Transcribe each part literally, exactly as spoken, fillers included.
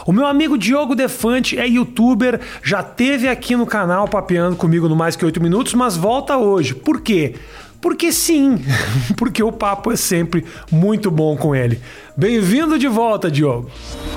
O meu amigo Diogo Defante é youtuber, já teve aqui no canal papeando comigo no Mais Que oito Minutos, mas volta hoje. Por quê? Porque sim, porque o papo é sempre muito bom com ele. Bem-vindo de volta, Diogo.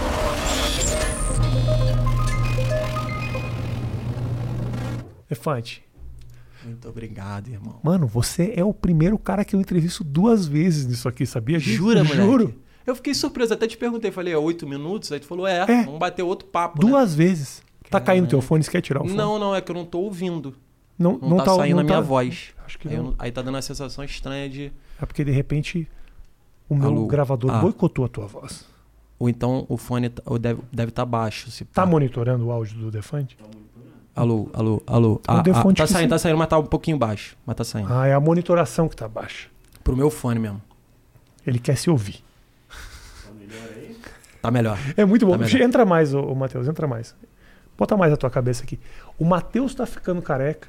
Defante. Muito obrigado, irmão. Mano, você é o primeiro cara que eu entrevisto duas vezes nisso aqui, sabia? Jura, moleque? Juro. Eu fiquei surpreso, até te perguntei, falei, é oito minutos? Aí tu falou, é, É. vamos bater outro papo, Duas né? vezes. Tá caindo teu fone, você quer tirar o fone? Não, não, é que eu não tô ouvindo. Não, Não, tá, saindo não a minha tá- voz. Acho que aí, eu não. não- aí tá dando uma sensação estranha de... É porque de repente o meu Alô? gravador Ah. boicotou a tua voz. Ou então o fone tá- ou deve estar deve tá baixo. Se Tá pá. monitorando o áudio do Defante? Alô, alô, alô. O Ah, ah, Defante tá que saindo, sim. tá saindo, mas tá um pouquinho baixo. Mas tá saindo. Ah, é a monitoração que tá baixa. Pro meu fone mesmo. Ele quer se ouvir. Tá melhor. É muito bom. Tá melhor. Entra mais, ô, ô Matheus, entra mais. Bota mais a tua cabeça aqui. O Matheus tá ficando careca.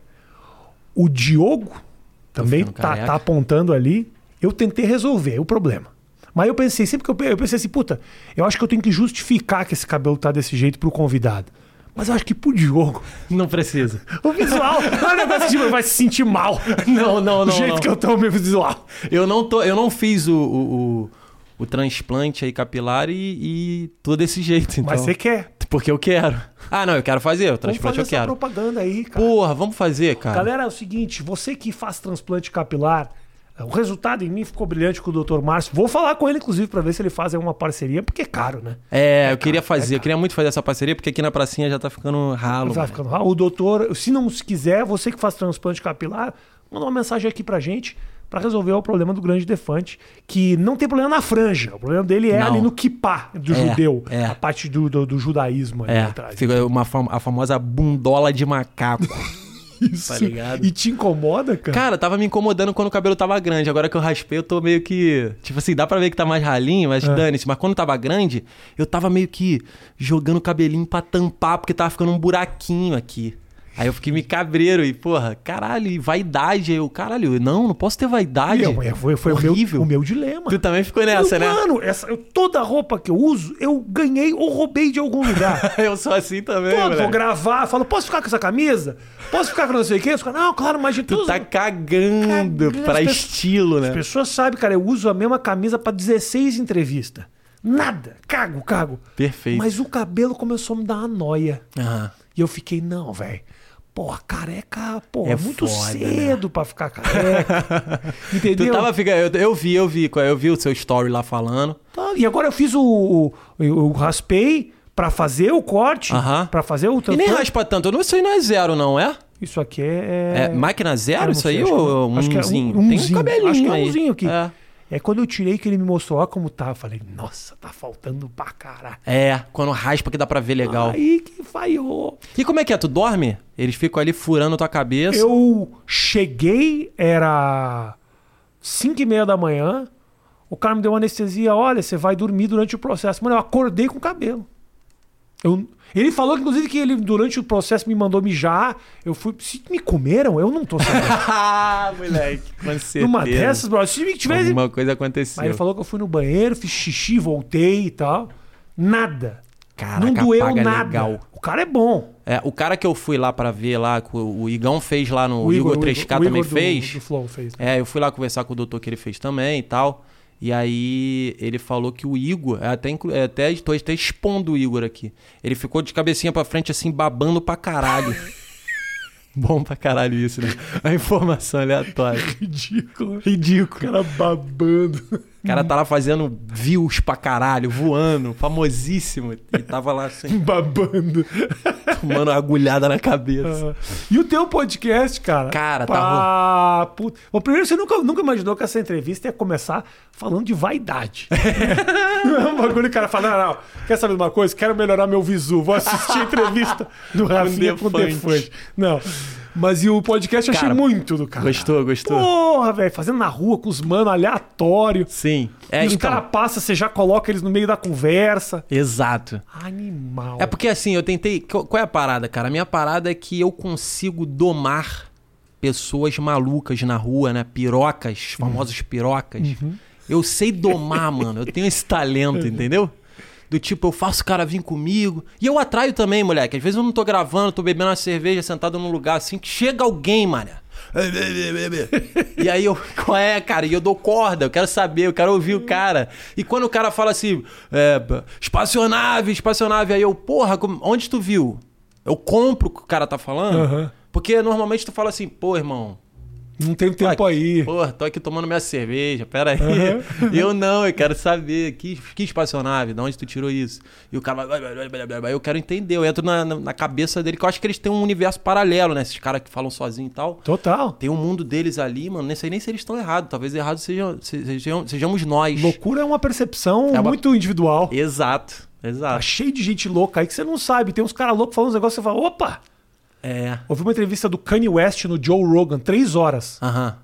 O Diogo também ficando tá, careca. tá apontando ali. Eu tentei resolver o problema. Mas eu pensei, sempre que eu, pe- eu pensei assim, puta, eu acho que eu tenho que justificar que esse cabelo tá desse jeito pro convidado. Mas eu acho que pro Diogo, Não precisa. o visual, não é um negócio de, vai se sentir mal. Não, não, Do não. jeito não. que eu tô, o meu visual. Eu não tô, eu não fiz o, o, o, o transplante aí capilar e, e tô desse jeito, então. Mas você quer. Porque eu quero. Ah, não, eu quero fazer. O Vamos transplante fazer eu essa quero. propaganda aí, cara. Porra, vamos fazer, cara. Galera, é o seguinte, você que faz transplante capilar, o resultado em mim ficou brilhante com o doutor Márcio. Vou falar com ele, inclusive, pra ver se ele faz aí uma parceria, porque é caro, né? É, eu caro, queria é fazer, eu caro. queria muito fazer essa parceria, porque aqui na pracinha já tá ficando ralo. Vai mano. ficando raro. O doutor, se não se quiser, você que faz transplante capilar, manda uma mensagem aqui pra gente pra resolver o problema do grande Defante, que não tem problema na franja. O problema dele é Não. ali no kippah do É, judeu, é. a parte do, do, do judaísmo ali É, atrás. fica uma fam- a famosa bundola de macaco. Isso. tá ligado? E te incomoda, cara? Cara, tava me incomodando quando o cabelo tava grande. Agora que eu raspei, eu tô meio que... Tipo assim, dá pra ver que tá mais ralinho, mas É. dane-se. Mas quando tava grande, eu tava meio que jogando o cabelinho pra tampar, porque tava ficando um buraquinho aqui. Aí eu fiquei me cabreiro e, porra, caralho, e vaidade. Aí eu, caralho, não, não posso ter vaidade. E eu- foi foi o, meu, Horrível. o meu dilema. Tu também ficou nessa, eu, né? Mano, essa, eu- toda roupa que eu uso, eu ganhei ou roubei de algum lugar. Eu sou assim também, Todo, vou moleque. gravar, falo, posso ficar com essa camisa? Posso ficar com não sei o quê? Os caras, não, claro, imagina. Tu tudo- tá cagando Cagando. pra As pessoas- estilo, né? As pessoas sabem, cara, eu uso a mesma camisa pra dezesseis entrevistas. Nada. Cago, cago. Perfeito. Mas o cabelo começou a me dar uma noia. Aham. E eu fiquei, não, velho. Porra, careca, porra, É é muito foda, cedo pra ficar careca. Entendeu? Tu tava ficando... Eu, eu vi, eu vi. Eu vi o seu story lá falando. Tá, e agora eu fiz o. o eu raspei pra fazer o corte. Aham. Pra fazer o E nem transplante. raspa tanto. Não, isso aí não é zero, não é? Isso aqui é. É, máquina Eu zero não isso sei, aí acho que- ou um acho que é umzinho? um- Tem umzinho. um cabelinho Acho que é aí. umzinho aqui. É. É quando eu tirei que ele me mostrou, ó como tá. Eu falei, nossa, tá faltando pra caralho. É, quando raspa que dá pra ver legal. Aí que falhou. E como é que é? Tu dorme? Eles ficam ali furando tua cabeça. Eu cheguei, era cinco e meia da manhã. O cara me deu uma anestesia. Olha, você vai dormir durante o processo. Mano, eu acordei com o cabelo. Eu, ele falou, inclusive, que ele, durante o processo, me mandou mijar. Eu fui. Se me comeram, eu não tô sabendo. Ah, moleque, com certeza. Numa dessas, bro, se me tivesse. Alguma coisa aconteceu. Aí ele falou que eu fui no banheiro, fiz xixi, voltei e tal. Nada. Caraca, não doeu paga nada. legal. O cara é bom. É, o cara que eu fui lá pra ver lá, que o o Igão fez lá no... O O Igor, Igor- três K o também Igor do- fez. do Flow fez, né? É, eu fui lá conversar com o doutor que ele fez também e tal. E aí ele falou que o Igor, é até, inclu- é até estou até expondo o Igor aqui. Ele ficou de cabecinha pra frente assim, babando pra caralho. Bom pra caralho isso, né? A informação aleatória. Ridículo. Ridículo. O cara babando. O cara tá lá fazendo views pra caralho, voando, famosíssimo. E tava lá assim, Babando. tomando uma agulhada na cabeça. Ah. E o teu podcast, cara? Cara, tá tá puta. Bom, primeiro, você nunca, nunca imaginou que essa entrevista ia começar falando de vaidade. Não é um bagulho que o cara fala, não, não, quer saber de uma coisa? Quero melhorar meu visu. Vou assistir a entrevista do Rafinha com o Defante. Defante. Não. Mas e o podcast eu achei Cara, muito do cara. Gostou, gostou? Porra, velho, fazendo na rua com os mano aleatório. Sim. É, e os então, caras passam, você já coloca eles no meio da conversa. exato. Animal. É porque assim, eu tentei... Qual qual é a parada, cara? A minha parada é que eu consigo domar pessoas malucas na rua, né? Pirocas, famosas pirocas. Eu sei domar, mano. Eu tenho esse talento, entendeu? do tipo, eu faço o cara vir comigo. E eu atraio também, moleque. Às vezes eu não tô gravando, tô bebendo uma cerveja, sentado num lugar assim, que chega alguém, mano. E aí eu, qual é, cara? E eu dou corda, eu quero saber, eu quero ouvir o cara. E quando o cara fala assim, é, espaçonave, espaçonave, aí eu, porra, onde tu viu? Eu compro o que o cara tá falando, Uhum. porque normalmente tu fala assim, pô, irmão, não tem tempo aí. Porra, tô aqui tomando minha cerveja, pera aí. Uhum. Eu não, eu quero saber, que, que espaçonave, de onde tu tirou isso? E o cara vai, eu quero entender, eu entro na, na cabeça dele, que eu acho que eles têm um universo paralelo, né? Esses caras que falam sozinho e tal. Total. Tem um mundo deles ali, mano, nem sei nem se eles estão errados, talvez errados sejam, sejam, sejamos nós. Loucura é uma percepção É uma- muito individual. Exato, Tá exato. cheio de gente louca aí que você não sabe. Tem uns caras loucos falando uns negócios e você fala, opa! É, Ouvi uma entrevista do Kanye West no Joe Rogan, três horas. aham.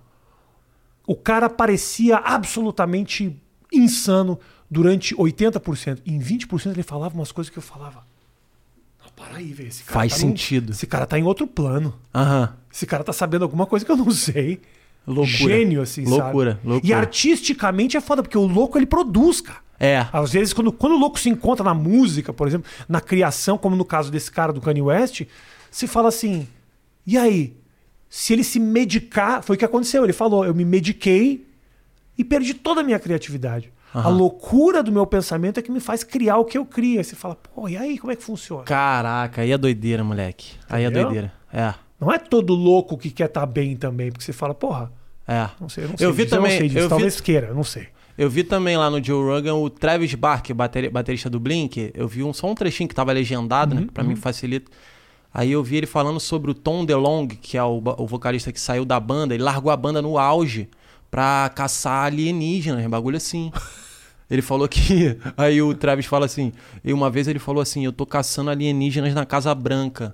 O cara parecia absolutamente insano durante oitenta por cento. Em vinte por cento ele falava umas coisas que eu falava. Não, para aí, velho. Esse cara Faz tá num- sentido. Esse cara tá em outro plano. Aham. Esse cara tá sabendo alguma coisa que eu não sei. Loucura. Gênio, assim, Loucura, sabe? loucura. E artisticamente é foda, porque o louco ele produz, cara. É. Às vezes, quando, quando o louco se encontra na música, por exemplo, na criação, como no caso desse cara do Kanye West, se fala assim, e aí? Se ele se medicar, foi o que aconteceu. Ele falou, eu me mediquei e perdi toda a minha criatividade. Aham. A loucura do meu pensamento é que me faz criar o que eu crio. Aí você fala, pô, e aí, como é que funciona? Caraca, aí é doideira, moleque. Aí é Entendeu? doideira. É, Não é todo louco que quer estar bem também, porque você fala, porra, é. não sei, eu não sei Eu vi disso, também- eu não sei disso. eu vi- Talvez queira, eu não sei. Eu vi também lá no Joe Rogan o Travis Barker, bateri- baterista do Blink. Eu vi um, só um trechinho que tava legendado, Uhum, né? Pra mim facilita. Aí eu vi ele falando sobre o Tom DeLonge, que é o, ba- o vocalista que saiu da banda. Ele largou a banda no auge pra caçar alienígenas, um bagulho assim. Ele falou que... Aí o Travis fala assim... E uma vez ele falou assim, eu tô caçando alienígenas na Casa Branca.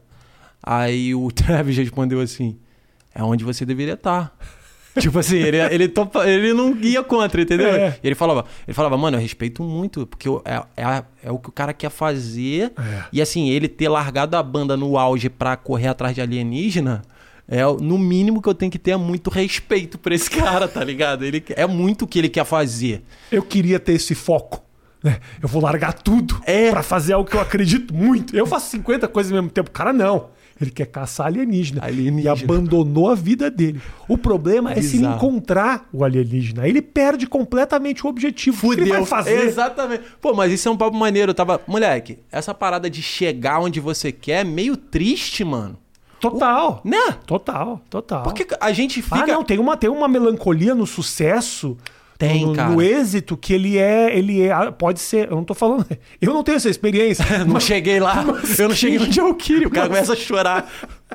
Aí o Travis respondeu assim... É onde você deveria estar. Tipo assim, ele, ele, topa, ele não ia contra, entendeu? É. Ele falava, ele falava, mano, eu respeito muito, porque eu- é, é, é o que o cara quer fazer. É. E assim, ele ter largado a banda no auge pra correr atrás de alienígena, é o- no mínimo que eu tenho que ter é muito respeito por esse cara, tá ligado? Ele, é muito o que ele quer fazer. Eu queria ter esse foco. Né? Eu vou largar tudo É. pra fazer algo que eu acredito muito. Eu faço cinquenta coisas ao mesmo tempo. O cara não. Ele quer caçar alienígena. Alienígena. E abandonou a vida dele. O problema é se ele Bizarro. encontrar o alienígena. Aí ele perde completamente o objetivo. O que ele vai fazer? Exatamente. Pô, mas isso é um papo maneiro. Eu tava... Moleque, essa parada de chegar onde você quer é meio triste, mano. Total. Né? Total, total. Porque a gente fica... Ah, não, tem uma, tem uma melancolia no sucesso, Tem, no, cara. no êxito, que ele é, ele é. Pode ser. Eu não tô falando. Eu não tenho essa experiência. Não mas, cheguei lá, mas eu não cheguei quem- onde eu queria. O cara mas- começa a chorar.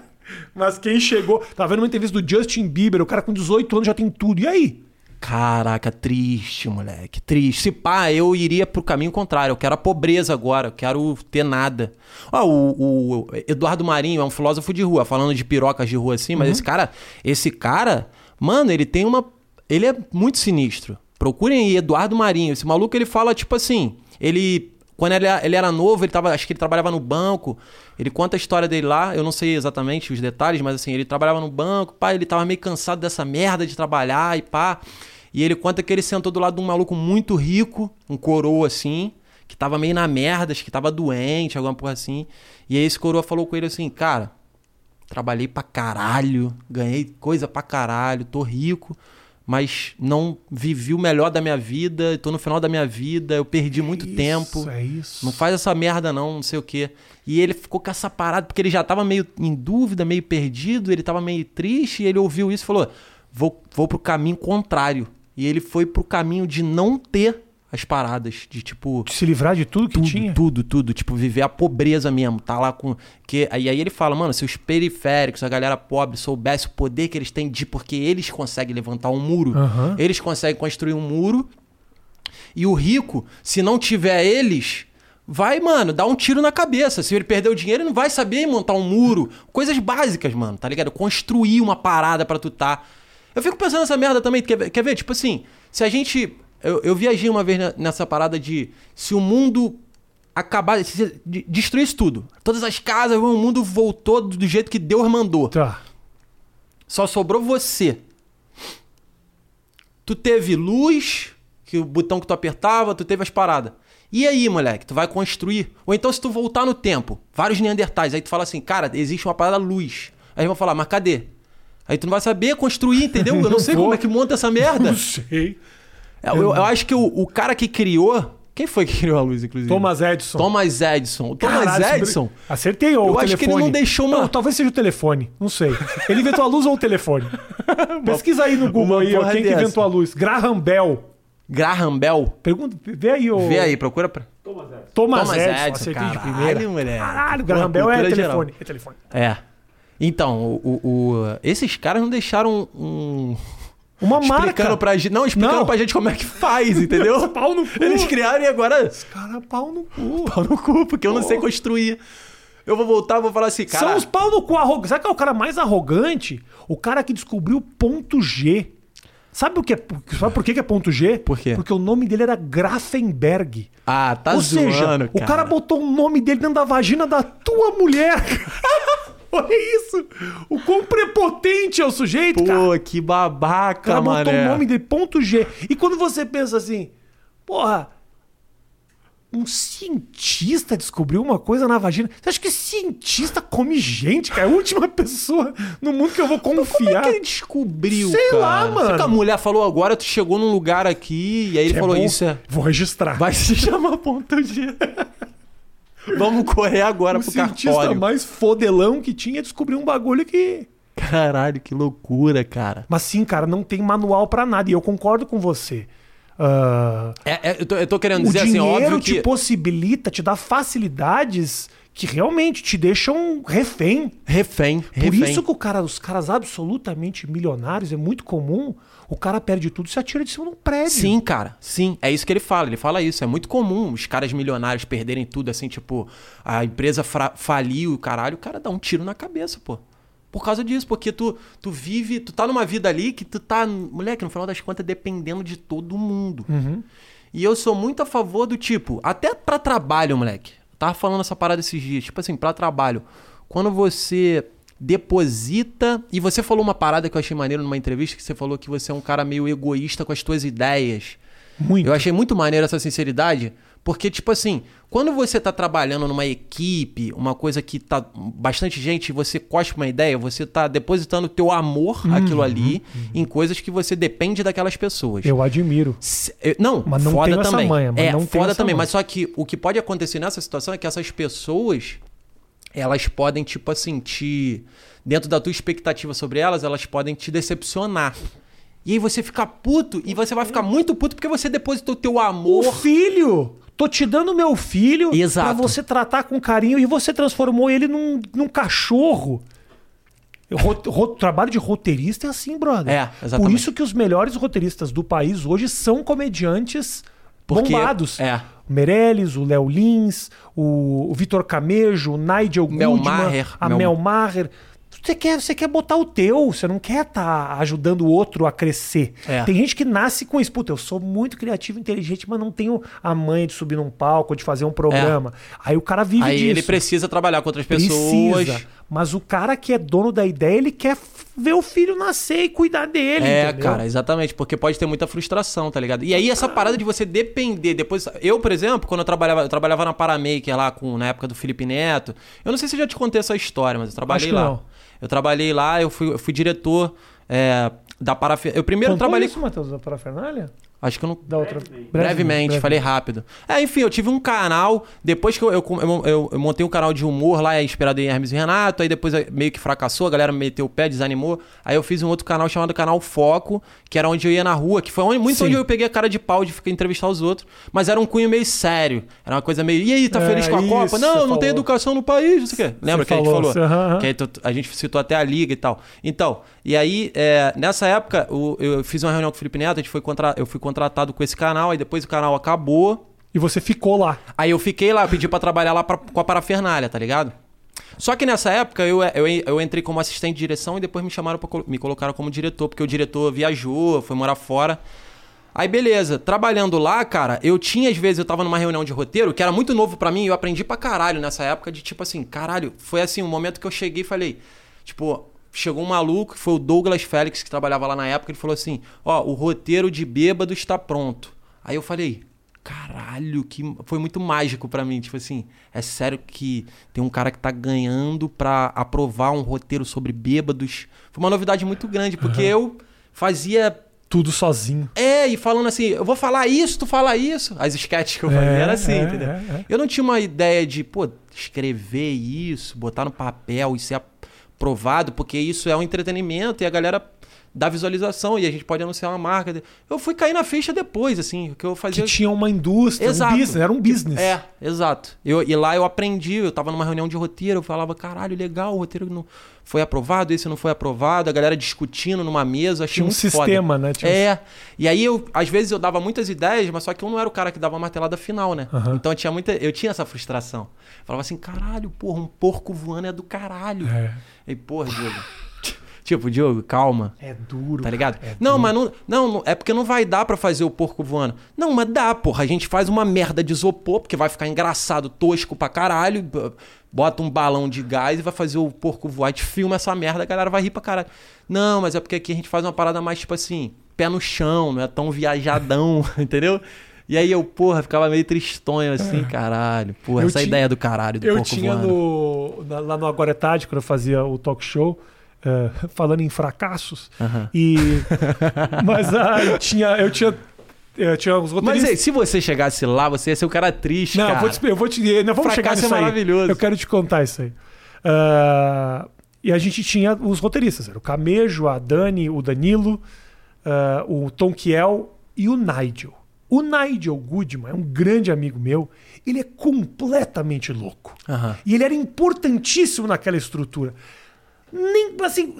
mas quem chegou. Tava vendo uma entrevista do Justin Bieber, o cara com dezoito anos já tem tudo. E aí? Caraca, triste, moleque. Triste. Se pá, eu iria pro caminho contrário. Eu quero a pobreza agora. Eu quero ter nada. Ó, o, o Eduardo Marinho é um filósofo de rua, falando de pirocas de rua assim, mas esse cara, esse cara, mano, ele tem uma... Ele é muito sinistro. Procurem aí, Eduardo Marinho. Esse maluco, ele fala, tipo assim, ele... Quando ele, ele era novo, ele tava, acho que ele trabalhava no banco. Ele conta a história dele lá. Eu não sei exatamente os detalhes, mas assim, ele trabalhava no banco. Pá, ele tava meio cansado dessa merda de trabalhar e pá. E ele conta que ele sentou do lado de um maluco muito rico, um coroa assim, que tava meio na merda, acho que tava doente, alguma porra assim. E aí esse coroa falou com ele assim, cara, trabalhei pra caralho, ganhei coisa pra caralho, tô rico, mas não vivi o melhor da minha vida, tô no final da minha vida, eu perdi muito Isso, tempo. É isso. Não faz essa merda não, não sei o quê. E ele ficou com essa parada, porque ele já tava meio em dúvida, meio perdido, ele tava meio triste, e ele ouviu isso e falou, vou, vou pro caminho contrário. E ele foi pro caminho de não ter as paradas, de tipo... De se livrar de tudo que Tudo, tinha. tudo, tudo. Tipo, viver a pobreza mesmo. Tá lá com... Que, aí, aí ele fala, mano, se os periféricos, a galera pobre, soubesse o poder que eles têm de... Porque eles conseguem levantar um muro. Aham. Eles conseguem construir um muro. E o rico, se não tiver eles... Vai, mano, dar um tiro na cabeça. Se ele perder o dinheiro, ele não vai saber montar um muro. Coisas básicas, mano, tá ligado? Construir uma parada pra tu tá... Eu fico pensando nessa merda também. Quer ver? Quer ver? Tipo assim, se a gente... Eu, eu viajei uma vez na- nessa parada de... Se o mundo acabar... Se de- destruísse tudo. Todas as casas, o mundo voltou do jeito que Deus mandou. Tá. Só sobrou você. Tu teve luz, que o botão que tu apertava, tu teve as paradas. E aí, moleque, tu vai construir? Ou então se tu voltar no tempo, vários neandertais, aí tu fala assim, cara, existe uma parada luz. Aí vão falar, mas cadê? Aí tu não vai saber construir, entendeu? Eu não, não sei vou. como é que monta essa merda. Não sei. Eu, eu, eu acho que o, o cara que criou... Quem foi que criou a luz, inclusive? Thomas Edison. Thomas Edison. O Thomas Caralho, Edison... Acertei ou eu o telefone. acho que ele não deixou uma... Não, talvez seja o telefone. Não sei. Ele inventou a luz ou o telefone? Pesquisa aí no Google aí, ó, quem que inventou a luz. Graham Bell. Graham Bell? Pergunta, vê aí o... Vê aí, procura pra... Thomas Edison. Thomas, Thomas Edison, Edison, acertei caralho, de primeira. Mulher. Caralho, Graham Bell é telefone. é telefone. É. Então, o, o, o, esses caras não deixaram um... Uma explicando marca. Pra gente, não, explicando não. pra gente como é que faz, entendeu? Pau no cu. Eles criaram e agora... Os caras pau no cu. Pau no cu, porque eu não sei construir. Eu vou voltar, vou falar assim, cara... São os pau no cu arrogantes. Sabe qual é o cara mais arrogante? O cara que descobriu o ponto G. Sabe o que é? Sabe por que é ponto G? Por quê? Porque o nome dele era Grafenberg. Ah, tá Ou zoando, seja, cara. o cara botou o nome dele dentro da vagina da tua mulher. Olha isso! O quão prepotente é o sujeito, Pô, cara. Pô, que babaca, o cara mané. botou o nome dele, ponto G. E quando você pensa assim, porra, um cientista descobriu uma coisa na vagina. Você acha que cientista come gente, cara? É a última pessoa no mundo que eu vou confiar. Como é que ele descobriu, Sei cara? lá, mano. Será que a mulher falou agora, tu chegou num lugar aqui e aí ele Que falou, é bom, isso é... Vou registrar. Vai se chamar ponto G. Vamos correr agora o pro cientista cartório. mais fodelão que tinha descobriu um bagulho que... Caralho, que loucura, cara. Mas sim, cara, não tem manual pra nada. E eu concordo com você. Uh... É, é, eu, tô, eu tô querendo o dizer assim, óbvio dinheiro que... te possibilita, te dá facilidades que realmente te deixam refém. Refém, Por refém. isso que o cara, os caras absolutamente milionários, é muito comum, o cara perde tudo e se atira de cima de um prédio. Sim, cara, sim. É isso que ele fala. Ele fala isso. É muito comum os caras milionários perderem tudo, assim, tipo, a empresa fra- faliu e o caralho, o cara dá um tiro na cabeça, pô. Por causa disso, porque tu, tu vive, tu tá numa vida ali que tu tá, moleque, no final das contas, dependendo de todo mundo. Uhum. E eu sou muito a favor do tipo, até pra trabalho, moleque. Eu tava falando essa parada esses dias, tipo assim, pra trabalho. Quando você deposita... E você falou uma parada que eu achei maneiro numa entrevista, que você falou que você é um cara meio egoísta com as tuas ideias. Muito. Eu achei muito maneiro essa sinceridade, porque, tipo assim, quando você tá trabalhando numa equipe, uma coisa que tá bastante gente, você cospe uma ideia, você tá depositando o teu amor, Uhum, aquilo ali, uhum. em coisas que você depende daquelas pessoas. Eu admiro. Se- eu- Não, Mas não foda tenho essa também. manha, mas é, não tenho foda essa também. manha. Mas só que o que pode acontecer nessa situação é que essas pessoas, elas podem, tipo assim, te... Dentro da tua expectativa sobre elas, elas podem te decepcionar. E aí você fica puto, e você vai ficar muito puto porque você depositou o teu amor... O filho! Tô te dando meu filho Exato. pra você tratar com carinho e você transformou ele num, num cachorro. Ro, ro, trabalho de roteirista é assim, brother. É, exatamente. Por isso que os melhores roteiristas do país hoje são comediantes Porque- bombados. é. O Meirelles, o Léo Lins, o, o Vitor Camejo, o Nigel Mel Goodman, Maher, a Mel- Mel Maher. Você quer, você quer botar o teu, você não quer estar ajudando o outro a crescer. É. Tem gente que nasce com isso. Puta, eu sou muito criativo, inteligente, mas não tenho a manha de subir num palco, de fazer um programa. Aí o cara vive Aí disso. ele precisa trabalhar com outras pessoas. Precisa. Mas o cara que é dono da ideia, ele quer f- ver o filho nascer e cuidar dele, É, entendeu? cara, exatamente, porque pode ter muita frustração, tá ligado? E aí essa parada de você depender, depois... Eu, por exemplo, quando eu trabalhava, eu trabalhava na Paramaker lá, com, na época do Felipe Neto, eu não sei se eu já te contei essa história, mas eu trabalhei Acho que lá. não. Eu trabalhei lá, eu fui, eu fui diretor é, da Parafernália. Eu primeiro Contou trabalhei... isso, Matheus, da Parafernália? Acho que eu não... Da outra... Brevemente, Brevemente. falei rápido. É, enfim, eu tive um canal. Depois que eu, eu, eu, eu- eu montei um canal de humor lá, inspirado em Hermes e Renato. Aí depois meio que fracassou, a galera meteu o pé, desanimou. Aí eu fiz um outro canal chamado Canal Foco, que era onde eu ia na rua, que foi onde, muito Sim. onde eu peguei a cara de pau de ficar entrevistar os outros. Mas era um cunho meio sério. Era uma coisa meio. E aí, tá É, feliz com a isso, Copa? você Não, não falou. tem educação no país, não sei o quê. Lembra que a gente falou, falou? você- aham, aham. Que aí tu- a gente citou até a Liga e tal. Então, e aí, é, nessa época, o- eu fiz uma reunião com o Felipe Neto, a gente foi contra, eu fui contratado com esse canal, aí depois o canal acabou. E você ficou lá. Aí eu fiquei lá, eu pedi pra trabalhar lá pra, com a Parafernália, tá ligado? Só que nessa época eu, eu, eu entrei como assistente de direção e depois me chamaram pra, colo- me colocaram como diretor, porque o diretor viajou, foi morar fora. Aí beleza, trabalhando lá, cara, eu tinha às vezes, eu tava numa reunião de roteiro, que era muito novo pra mim, e eu aprendi pra caralho nessa época, de tipo assim, caralho, foi assim, um momento que eu cheguei e falei, tipo, chegou um maluco, que foi o Douglas Félix, que trabalhava lá na época, ele falou assim, ó, o roteiro de Bêbado está pronto. Aí eu falei, caralho, que foi muito mágico pra mim. Tipo assim, é sério que tem um cara que tá ganhando pra aprovar um roteiro sobre bêbados. Foi uma novidade muito grande, porque uhum. eu fazia... Tudo sozinho. É, e falando assim, eu vou falar isso, tu fala isso. As sketches que eu fazia é, era assim, é, entendeu? É, é. Eu não tinha uma ideia de, pô, escrever isso, botar no papel e ser aprovado, porque isso é um entretenimento e a galera dá visualização e a gente pode anunciar uma marca. Eu fui cair na ficha depois, assim, que eu fazia... Que tinha uma indústria, exato. um business, era um business. É, exato. Eu, e lá eu aprendi, eu tava numa reunião de roteiro, eu falava, caralho, legal, o roteiro não foi aprovado, esse não foi aprovado, a galera discutindo numa mesa, achei tinha um muito sistema, foda. né? Tinha é, um... e aí eu, às vezes eu dava muitas ideias, mas só que eu não era o cara que dava a martelada final, né? Uhum. Então eu tinha, muita, eu tinha essa frustração. Eu falava assim, caralho, porra, um porco voando é do caralho. É. E porra, Diogo... Tipo, Diogo, calma. É duro. Tá ligado? É não, duro. mas não, não, é porque não vai dar pra fazer o porco voando. Não, mas dá, porra. A gente faz uma merda de isopor, porque vai ficar engraçado, tosco pra caralho. Bota um balão de gás e vai fazer o porco voar. A gente filma essa merda, a galera vai rir pra caralho. Não, mas é porque aqui a gente faz uma parada mais, tipo assim, pé no chão, não é tão viajadão, entendeu? E aí eu, porra, ficava meio tristonho assim, caralho. Porra, eu essa tinha, ideia do caralho do eu porco tinha voando. No, na, lá no Agora é Tarde, quando eu fazia o talk show, uh, falando em fracassos, uhum. e... mas ah, eu tinha... Eu tinha Eu tinha os roteiristas... Mas aí, se você chegasse lá, você ia ser o cara triste, não, cara. Vou te, eu vou te... Não, vamos chegar nisso é maravilhoso. aí. Eu quero te contar isso aí. Uh, e a gente tinha os roteiristas. Era o Camejo, a Dani, o Danilo, uh, o Tom Kiel e o Nigel. O Nigel Goodman é um grande amigo meu. Ele é completamente louco. Uhum. E ele era importantíssimo naquela estrutura. Nem, assim...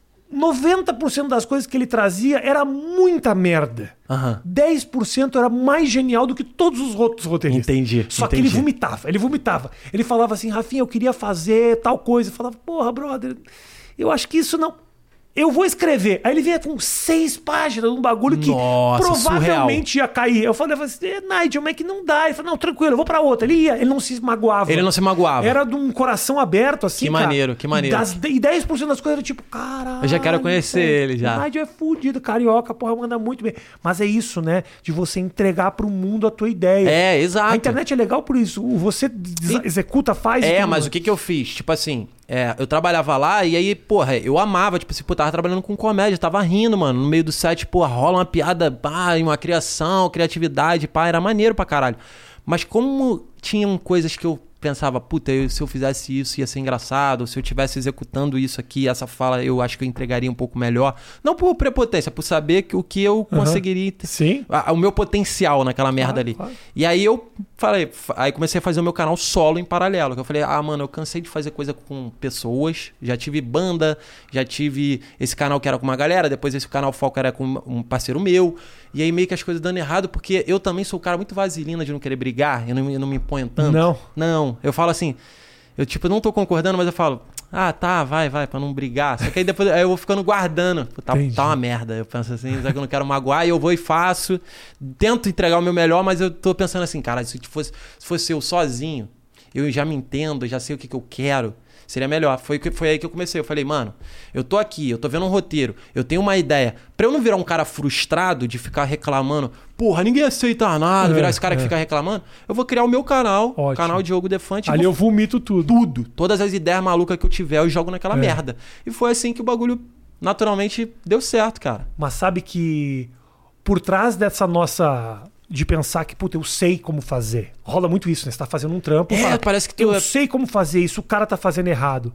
noventa por cento das coisas que ele trazia era muita merda. Uhum. dez por cento era mais genial do que todos os outros roteiristas. Entendi. Só entendi. que ele vomitava, ele vomitava. Ele falava assim, Rafinha, eu queria fazer tal coisa. Eu falava, porra, brother, eu acho que isso não... Eu vou escrever. Aí ele vinha com seis páginas de um bagulho que Nossa, provavelmente surreal. ia cair. Eu falei assim, Nigel, mas é que não dá. Ele falou, não, tranquilo, eu vou pra outra. Ele ia, ele não se magoava. Ele não se magoava. Era de um coração aberto, assim, que cara. maneiro, que maneiro. Das, e dez por cento das coisas era tipo, caralho. Eu já quero conhecer ele, já. O Nigel é fudido, carioca, porra, manda muito bem. Mas é isso, né? De você entregar pro mundo a tua ideia. É, exato. A internet é legal por isso. Você e... executa, faz... É, mas o que que eu fiz? Tipo assim... É, eu trabalhava lá e aí, porra, eu amava, tipo assim, pô, tava trabalhando com comédia, tava rindo, mano, no meio do set, porra, rola uma piada, pá, uma criação, criatividade, pá, era maneiro pra caralho. Mas como tinham coisas que eu pensava, puta, eu, se eu fizesse isso ia ser engraçado, se eu tivesse executando isso aqui, essa fala, eu acho que eu entregaria um pouco melhor. Não por prepotência, por saber que, o que eu uhum. conseguiria ter. Sim. A, o meu potencial naquela merda claro, ali. Claro. E aí eu falei, aí comecei a fazer o meu canal solo em paralelo. Que eu falei, ah, mano, eu cansei de fazer coisa com pessoas. Já tive banda, já tive esse canal que era com uma galera, depois esse canal foco era com um parceiro meu. E aí meio que as coisas dando errado, porque eu também sou um cara muito vaselina de não querer brigar, eu não, eu não me imponho tanto. Não. Não. Eu falo assim, eu tipo, não tô concordando, mas eu falo, ah, tá, vai, vai, pra não brigar. Só que aí depois aí eu vou ficando guardando. Tá, tá uma merda. Eu penso assim, só que eu não quero magoar, e eu vou e faço. Tento entregar o meu melhor, mas eu tô pensando assim, cara, se fosse, se fosse eu sozinho, eu já me entendo, já sei o que, que eu quero. Seria melhor. Foi, foi aí que eu comecei. Eu falei, mano, eu tô aqui, eu tô vendo um roteiro, eu tenho uma ideia. Pra eu não virar um cara frustrado de ficar reclamando, porra, ninguém aceita nada, é, virar esse cara é. que fica reclamando, eu vou criar o meu canal, Ótimo. o canal Diogo Defante. Ali vou... eu vomito tudo. Tudo. Todas as ideias malucas que eu tiver, eu jogo naquela é. merda. E foi assim que o bagulho naturalmente deu certo, cara. Mas sabe que por trás dessa nossa... de pensar que, puta, eu sei como fazer. Rola muito isso, né? Você tá fazendo um trampo. É, fala, parece que tu... Eu sei como fazer isso, o cara tá fazendo errado.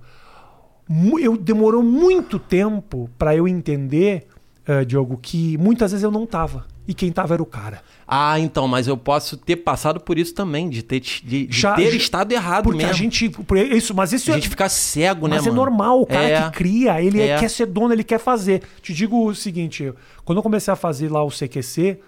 Eu demorou muito tempo pra eu entender, uh, Diogo, que muitas vezes eu não tava. E quem tava era o cara. Ah, então, mas eu posso ter passado por isso também, de ter, de, de já, ter já, estado errado porque mesmo. Porque a gente... Por isso, mas isso a é, gente fica cego, né, mas mano? Mas é normal, o cara é, que cria, ele é. quer ser dono, ele quer fazer. Te digo o seguinte, eu, quando eu comecei a fazer lá o C Q C,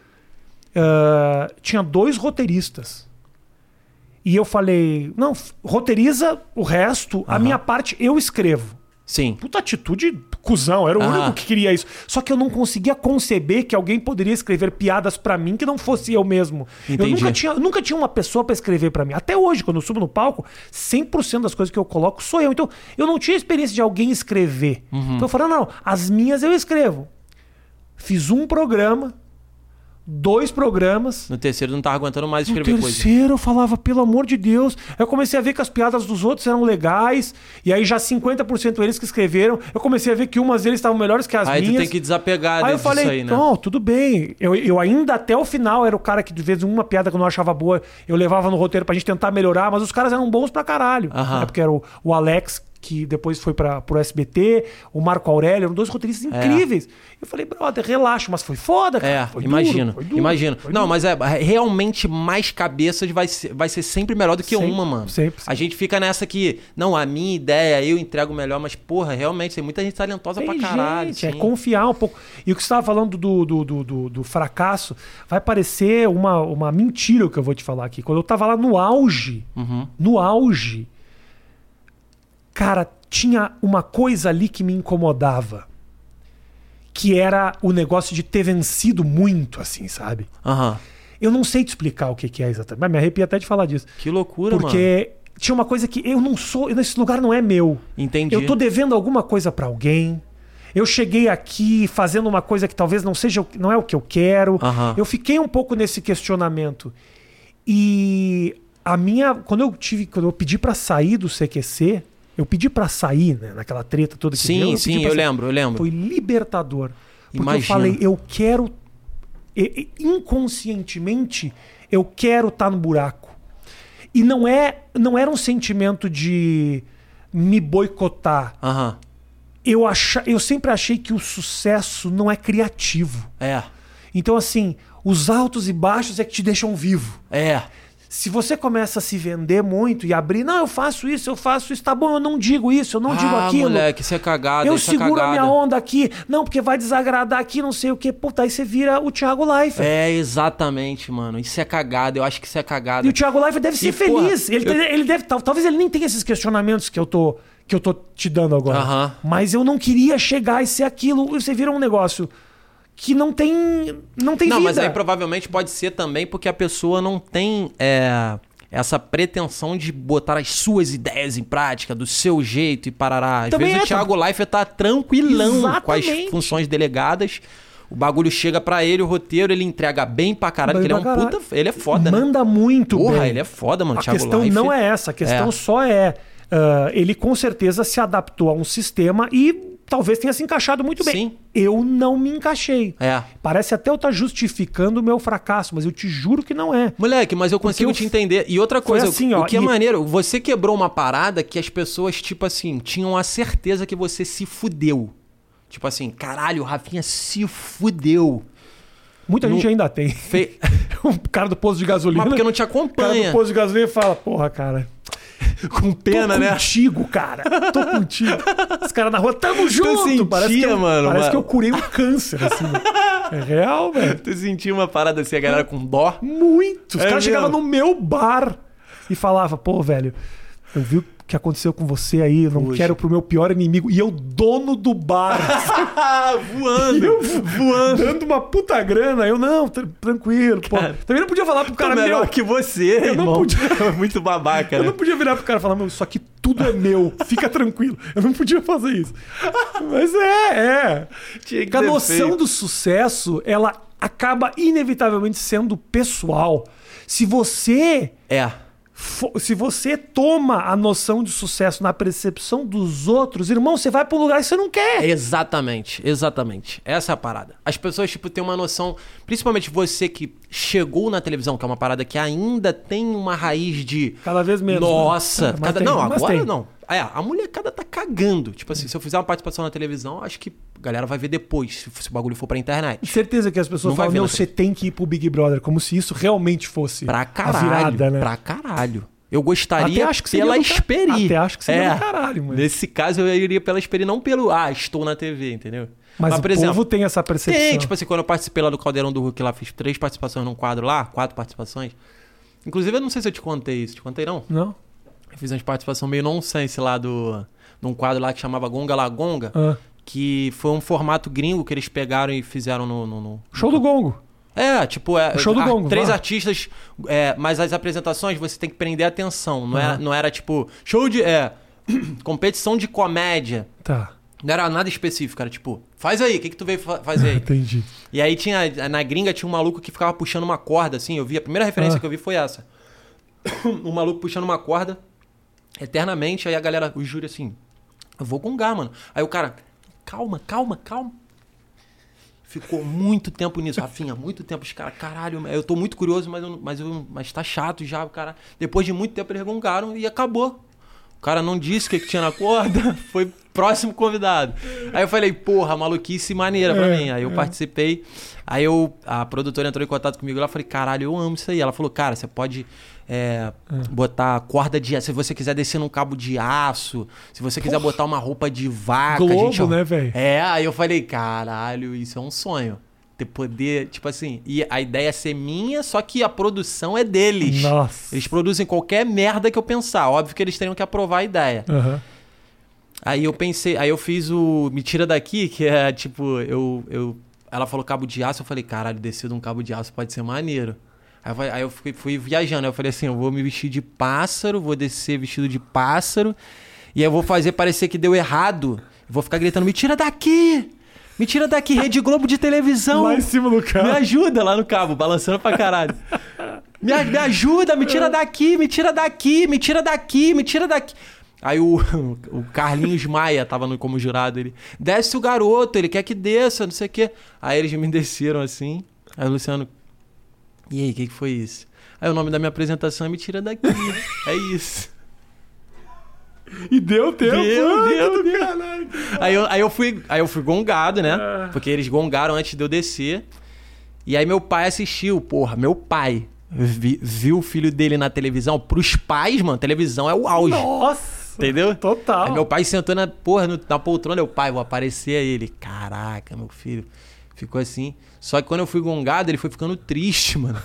uh, tinha dois roteiristas. E eu falei, não, roteiriza o resto, a Aham. minha parte eu escrevo. Sim. Puta atitude cuzão, era o Aham. único que queria isso. Só que eu não conseguia conceber que alguém poderia escrever piadas pra mim que não fosse eu mesmo. Entendi. Eu nunca tinha, nunca tinha uma pessoa pra escrever pra mim. Até hoje, quando eu subo no palco, cem por cento das coisas que eu coloco sou eu. Então, eu não tinha experiência de alguém escrever. Uhum. Então eu falei, não, não, as minhas eu escrevo. Fiz um programa, dois programas. No terceiro não tava aguentando mais No escrever coisa. terceiro eu falava, pelo amor de Deus. Eu comecei a ver que as piadas dos outros eram legais. E aí já cinquenta por cento eles que escreveram. Eu comecei a ver que umas deles estavam melhores que as Aí minhas. tu tem que desapegar Aí eu disso falei, aí, né? não, tudo bem. Eu, eu ainda até o final era o cara que de vez em uma piada que eu não achava boa, eu levava no roteiro pra gente tentar melhorar, mas os caras eram bons pra caralho. Aham. Né? Porque era o, o Alex, que depois foi para pro S B T, o Marco Aurélio, eram dois roteiristas incríveis. Eu falei, brother, relaxa, mas foi foda, cara. É, foi imagino, duro, foi duro, imagino. foi Não, duro. mas é realmente mais cabeças vai ser, vai ser sempre melhor do que Sempre, uma, mano. sempre, sempre. A gente fica nessa que, não, a minha ideia, eu entrego melhor, mas porra, realmente tem muita gente talentosa Tem pra caralho. gente, é sim. confiar um pouco. E o que você estava falando do, do, do, do, do fracasso vai parecer uma, uma mentira o que eu vou te falar aqui. Quando eu tava lá no auge, Uhum. no auge, cara, tinha uma coisa ali que me incomodava. Que era o negócio de ter vencido muito, assim, sabe? Aham. Eu não sei te explicar o que que é exatamente. Mas me arrepio até de falar disso. Que loucura, mano. Porque tinha uma coisa que eu não sou... Esse lugar não é meu. Entendi. Eu tô devendo alguma coisa pra alguém. Eu cheguei aqui fazendo uma coisa que talvez não seja, o- não é o que eu quero. Aham. Eu fiquei um pouco nesse questionamento. E a minha, quando eu tive, quando eu pedi pra sair do C Q C, eu pedi pra sair, né, naquela treta toda que deu, Sim, eu sim, pedi pra eu sair. lembro, eu lembro. Foi libertador. Porque Imagino. eu falei, eu quero e- e- inconscientemente eu quero estar no buraco. E não é, não era um sentimento de me boicotar. Aham. Eu, acha, eu sempre achei que o sucesso não é criativo. É. Então, assim, os altos e baixos é que te deixam vivo. É. Se você começa a se vender muito e abrir, não, eu faço isso, eu faço isso, tá bom, eu não digo isso, eu não digo ah, aquilo. moleque, isso é cagada, eu isso é seguro a cagada. minha onda aqui, não, porque vai desagradar aqui, não sei o quê. Puta, aí você vira o Thiago Leifert. É, exatamente, mano. Isso é cagada, eu acho que isso é cagada. E o Thiago Leifert deve ser E, porra, feliz. ele, eu- ele deve, tal- talvez ele nem tenha esses questionamentos que eu tô, que eu tô te dando agora. Aham. Mas eu não queria chegar e ser aquilo. E você vira um negócio que não tem, não tem Não, vida. mas aí provavelmente pode ser também porque a pessoa não tem é, essa pretensão de botar as suas ideias em prática, do seu jeito e parará. Às Também vezes é, o Thiago Leifert tá tranquilão com as Exatamente. funções delegadas. O bagulho chega pra ele, o roteiro, ele entrega bem pra caralho, Bem porque ele é pra um caralho. puta... Ele é foda, né? Manda muito Porra, bem. ele é foda, mano, A Thiago questão Leifert. não é essa. A questão É. só é... ah, ele com certeza se adaptou a um sistema e talvez tenha se encaixado muito bem. Sim. Eu não me encaixei. É. Parece até eu estar justificando o meu fracasso, mas eu te juro que não é. Moleque, mas eu consigo eu te f- entender. E outra Foi coisa, assim, o ó, que é e- maneiro, você quebrou uma parada que as pessoas, tipo assim, tinham a certeza que você se fudeu. Tipo assim, caralho, o Rafinha se fudeu. Muita No- gente ainda tem. Fe... um cara do posto de gasolina. Mas porque não te O cara do acompanha. posto de gasolina fala, porra, cara... Com pena, tô né? contigo, cara. Tô contigo. Os caras na rua, tamo junto. sentia, parece que eu, mano, Parece mano. que eu curei um câncer, assim. É real, velho. Tu sentiu uma parada assim, a galera com dó? Muito. Os É caras mesmo? chegavam no meu bar e falavam, pô, velho, eu vi o que aconteceu com você aí, eu não Puxa. quero pro meu pior inimigo. E eu, dono do bar, voando, eu voando. dando uma puta grana. Eu, não, tr- tranquilo, pô. Também não podia falar pro Tô cara, melhor meu, que você, eu não irmão. podia- Muito babaca, eu né? não podia virar pro cara e falar, meu, isso aqui tudo é meu, fica tranquilo. Eu não podia fazer isso. Mas é, é. Tinha que Porque a ter noção feito. do sucesso, ela acaba inevitavelmente sendo pessoal. Se você É. fo- se você toma a noção de sucesso na percepção dos outros, irmão, você vai pra um lugar que você não quer. Exatamente, exatamente. Essa é a parada. As pessoas, tipo, têm uma noção, principalmente você que chegou na televisão, que é uma parada que ainda tem uma raiz de. Cada vez menos. Nossa, né? Mas cada... tem, não, mas agora tem. não. É, a molecada tá cagando. Tipo assim, se eu fizer uma participação na televisão, acho que a galera vai ver depois, se, se o bagulho for pra internet. Certeza que as pessoas Não vai falam, ver meu, na você tem que ir pro Big Brother, como se isso realmente fosse Pra a caralho. virada, né? Pra caralho. Eu gostaria Até acho que seria pela do ca- experi. Até acho que seria é. do caralho, mano. Nesse caso, eu iria pela experi, não pelo, ah, estou na T V, entendeu? Mas, Mas, o por exemplo, povo tem essa percepção. tem, tipo assim, quando eu participei lá do Caldeirão do Hulk, lá fiz três participações num quadro lá, quatro participações. Inclusive, eu não sei se eu te contei isso. Te contei, não? Não? Eu fiz uma participação meio nonsense lá do... num quadro lá que chamava Gonga La Gonga, Ah. que foi um formato gringo que eles pegaram e fizeram no... no, no- Show do gongo. É, tipo, é, O show do ar- gongo, três vá. artistas, é, mas as apresentações você tem que prender atenção. Não, era, Aham. não era tipo show de. É, competição de comédia. Tá. Não era nada específico, era tipo, faz aí, o que, que tu veio fa- fazer aí? Entendi. E aí tinha, na gringa tinha um maluco que ficava puxando uma corda, assim, eu vi, a primeira referência Ah. que eu vi foi essa. Um maluco puxando uma corda, eternamente, aí a galera, o júri assim, eu vou gongar, mano. Aí o cara, calma, calma, calma. Ficou muito tempo nisso, Rafinha, muito tempo. Os caras, caralho, eu tô muito curioso, mas, eu, mas, eu, mas tá chato já, o cara. Depois de muito tempo eles gongaram e acabou. O cara não disse o que, que tinha na corda, foi próximo convidado. Aí eu falei, porra, maluquice maneira pra É, mim. Aí eu é. participei, aí eu, a produtora entrou em contato comigo lá, eu falei, caralho, eu amo isso aí. Ela falou, cara, você pode é, botar corda de aço, se você quiser descer num cabo de aço, se você quiser botar uma roupa de vaca. Globo, gente, ó, né, velho? É, aí eu falei, caralho, isso é um sonho. Ter poder, tipo assim, e a ideia é ser minha, só que a produção é deles. Nossa. Eles produzem qualquer merda que eu pensar. Óbvio que eles teriam que aprovar a ideia. Aham. Aí eu pensei, aí eu fiz o Me Tira Daqui, que é tipo, eu, eu ela falou cabo de aço, eu falei, caralho, descer de um cabo de aço pode ser maneiro. Aí eu, falei- aí eu fui, fui viajando, aí eu falei assim, eu vou me vestir de pássaro, vou descer vestido de pássaro, e aí eu vou fazer parecer que deu errado. Vou ficar gritando, me tira daqui! Me tira daqui, Rede Globo de televisão! Lá em cima do Me carro. ajuda lá no cabo, balançando pra caralho. Me, a- me ajuda, me tira daqui, me tira daqui, me tira daqui, me tira daqui. Aí o, o Carlinhos Maia tava no, como jurado, ele, desce o garoto, ele quer que desça, não sei o quê. Aí eles me desceram assim, aí o Luciano, e aí, o que, que foi isso? Aí o nome da minha apresentação é Me Tira Daqui, é isso. E deu tempo. Deu, Ai, deu, do deu. caralho. Aí eu, aí eu fui, aí eu fui gongado, né? Ah. Porque eles gongaram antes de eu descer. E aí meu pai assistiu, porra, meu pai vi- viu o filho dele na televisão. Pros pais, mano, televisão é o auge. Nossa. Entendeu? Total. Aí meu pai sentou na, porra, no- na poltrona, eu, pai, vou aparecer aí. Ele, caraca, meu filho. Ficou assim. Só que quando eu fui gongado, ele foi ficando triste, mano.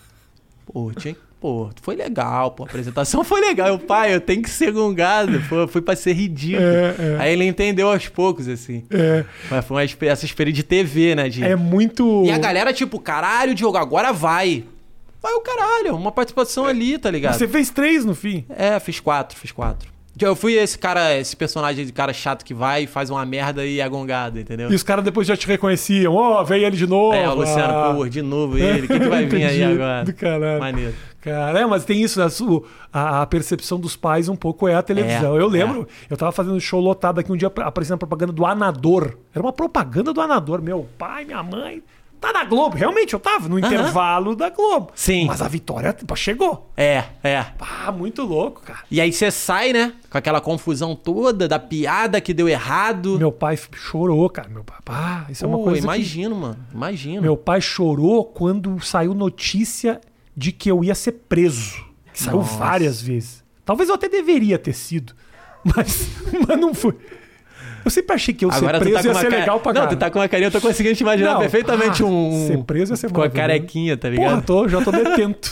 Pô, tinha que. Pô, foi legal, pô. A apresentação foi legal. Eu, pai, eu tenho que ser gongado. Pô, fui pra ser ridículo. É, é. Aí ele entendeu aos poucos, assim. É, Mas foi uma, expe- essa experiência de T V, né? De... é muito... E a galera, tipo, caralho, Diogo, agora vai. Vai o caralho, uma participação ali, tá ligado? Você fez três no fim. É, fiz quatro, fiz quatro. Eu fui esse cara, esse personagem de cara chato que vai e faz uma merda e é gongado, entendeu? E os caras depois já te reconheciam. Ó, veio ele de novo. É, o Luciano, ah. pô, de novo ele. O que, que vai vir aí Entendi. agora? Do caralho. Maneiro. Cara, é, mas tem isso, né? Su- A, a percepção dos pais um pouco é a televisão. É, eu lembro, eu tava fazendo um show lotado aqui um dia aparecendo a propaganda do Anador. Era uma propaganda do Anador. Meu pai, minha mãe. Tá na Globo. Realmente, eu tava no intervalo da Globo. Sim. Mas a vitória pô, chegou. É, é. Ah, muito louco, cara. E aí você sai, né? Com aquela confusão toda da piada que deu errado. Meu pai chorou, cara. Meu pai, ah, isso é uma Pô, coisa que... imagino, mano. Imagino. Meu pai chorou quando saiu notícia de que eu ia ser preso. Que saiu Nossa. várias vezes. Talvez eu até deveria ter sido. Mas, mas não foi. Eu sempre achei que eu Agora ser tu preso tá com ia uma ser cara... legal pra Não, caralho. tu tá com uma carinha, eu tô conseguindo te imaginar Não, perfeitamente ah, um... ser preso ia ser com a maravilhoso. carequinha, tá ligado? Porra, tô, já tô detento.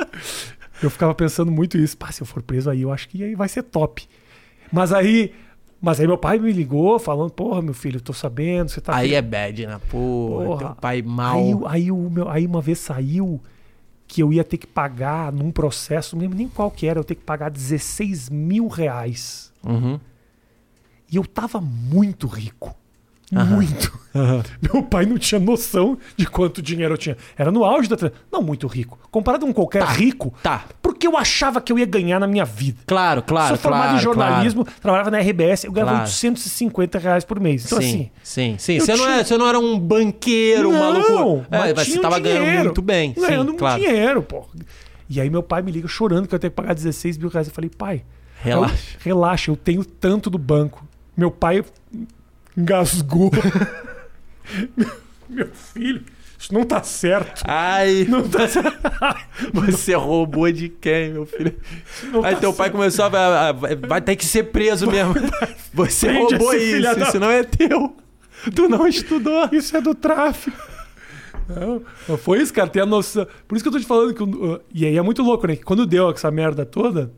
Eu ficava pensando muito isso. Pá, se eu for preso aí, eu acho que aí vai ser top. Mas aí... Mas aí meu pai me ligou falando, porra, meu filho, eu tô sabendo, você tá... Aí é bad, né? Pô, Porra. teu pai mal. Aí, o- aí, o meu, aí uma vez saiu que eu ia ter que pagar num processo, não lembro nem qual que era, eu ia ter que pagar dezesseis mil reais. Uhum. E eu tava muito rico. Aham. Muito. Meu pai não tinha noção de quanto dinheiro eu tinha. Era no auge da... tra- Não muito rico. Comparado com qualquer rico, Tá. porque eu achava que eu ia ganhar na minha vida. Claro, claro, Sou formado claro, em jornalismo, trabalhava na R B S, eu ganhava Claro. oitocentos e cinquenta reais por mês. Então sim, assim... sim, sim. eu Você não, tinha- é, você não era um banqueiro, um maluco. É, mas mas tinha você um tava ganhando dinheiro. muito bem. Ganhando sim, claro. dinheiro, pô. E aí meu pai me liga chorando que eu tenho que pagar dezesseis mil reais. Eu falei, pai, Relaxa. eu- relaxa, eu tenho tanto do banco. Meu pai engasgou. meu, meu filho, isso não tá certo. Ai, Não tá certo. você roubou de quem, meu filho? Não Aí tá teu pai certo. começou a, a- Vai ter que ser preso mesmo. Você Prende roubou esse filho isso, da- isso não é teu. Tu não estudou. Isso é do tráfico. Não, não foi isso, cara. Tem a noção. Por isso que eu tô te falando que. uh, E aí é muito louco, né? Que quando deu essa merda toda,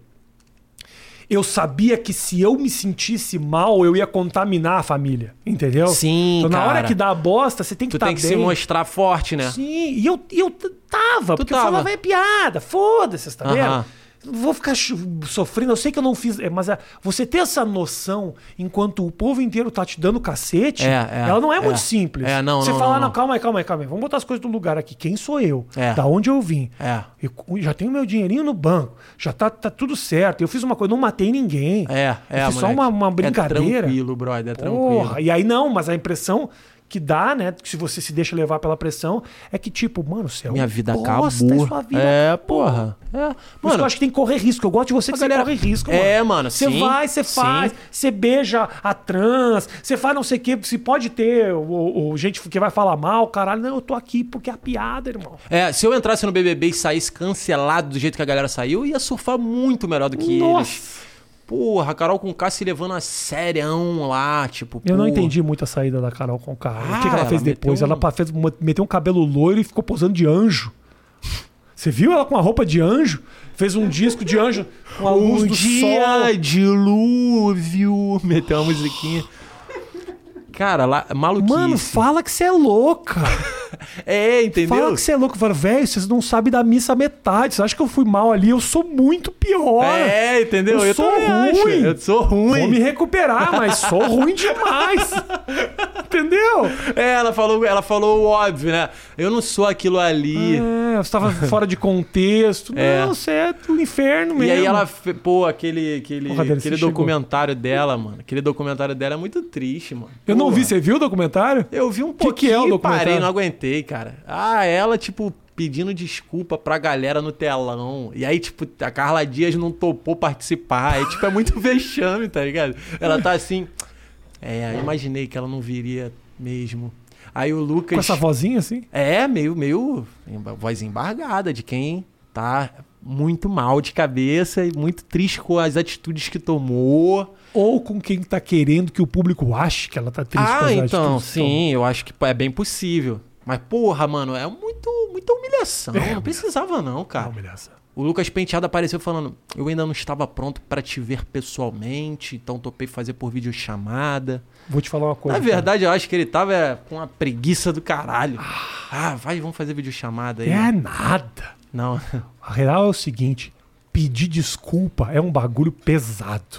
eu sabia que se eu me sentisse mal, eu ia contaminar a família. Entendeu? Sim, Então, na cara. hora que dá a bosta, você tem que Tu estar tem que bem. se mostrar forte, né? Sim, e eu, e eu t- tava, Tu porque tava. eu falava, é piada, foda-se, tá vendo? Aham. vou ficar sofrendo, eu sei que eu não fiz. É, mas é, você ter essa noção enquanto o povo inteiro tá te dando cacete, É, é, ela não é, é. muito simples. É, não, você não, fala, não, não, não. calma aí, calma aí, calma aí. Vamos botar as coisas no lugar aqui. Quem sou eu? É. Da onde eu vim? É. Eu já tenho meu dinheirinho no banco. Já tá, tá tudo certo. Eu fiz uma coisa, não matei ninguém. É, é, Eu fiz só moleque. uma, uma brincadeira. É tranquilo, brother, é tranquilo. Porra, e aí não, mas a impressão que dá, né? Que se você se deixa levar pela pressão, é que tipo, mano, você é um Minha vida bosta, acabou. sua vida É, acabou. porra. É. Por isso que Mano, eu acho que tem que correr risco. Eu gosto de você que a você galera- corre risco, É, mano, Você sim, vai, você sim. faz, você beija a trans, você faz não sei o quê. Se pode ter o, o- gente que vai falar mal, caralho. Não, eu tô aqui porque é a piada, irmão. é, se eu entrasse no B B B e saísse cancelado do jeito que a galera saiu, eu ia surfar muito melhor do que eles. Nossa! Porra, a Carol com K se levando a serião lá, tipo... Eu não porra. entendi muito a saída da Carol Conká. Ah, o que, que ela ela fez depois? meteu um- Ela fez, meteu um cabelo loiro e ficou posando de anjo. Você viu ela com a roupa de anjo? Fez um disco de anjo com a luz Um do dia sol. dilúvio. Meteu uma musiquinha. Cara, lá, maluquice. Mano, fala que você é louca. É, entendeu? Fala que você é louco. Fala, velho, vocês não sabem da missa metade. Você acha que eu fui mal ali? Eu sou muito pior. É, entendeu? Eu sou também acho. ruim. Eu sou ruim. Vou me recuperar, mas sou ruim demais. Entendeu? É, ela falou, ela falou o óbvio, né? Eu não sou aquilo ali. É, você tava fora de contexto. É. Não, você é do inferno mesmo. E aí ela, fe- pô, aquele, aquele, Porra, Adriano, aquele você documentário dela, mano. Aquele documentário dela é muito triste, mano. Eu não Porra. vi, você viu o documentário? Eu vi um Que pouquinho que é o e documentário? parei, não aguentei, cara. Ah, ela, tipo, pedindo desculpa pra galera no telão. E aí, tipo, a Carla Dias não topou participar. Aí, tipo, é muito vexame, tá ligado? Ela tá assim... É, eu imaginei que ela não viria mesmo. Aí o Lucas... Com essa vozinha assim? É, meio, meio voz embargada de quem tá muito mal de cabeça e muito triste com as atitudes que tomou. Ou com quem tá querendo que o público ache que ela tá triste com Ah, as então, atitudes que sim, eu acho que é bem possível. Mas, porra, mano, é muito, muita humilhação. É, não precisava, não, tomam. cara. Não, humilhação. O Lucas Penteado apareceu falando: eu ainda não estava pronto pra te ver pessoalmente, então topei fazer por videochamada. Vou te falar uma coisa. Na verdade, eu acho que ele tava é, com uma preguiça do caralho. Ah, vai, vamos fazer videochamada aí. cara. É nada. Não. A real é o seguinte: pedir desculpa é um bagulho pesado.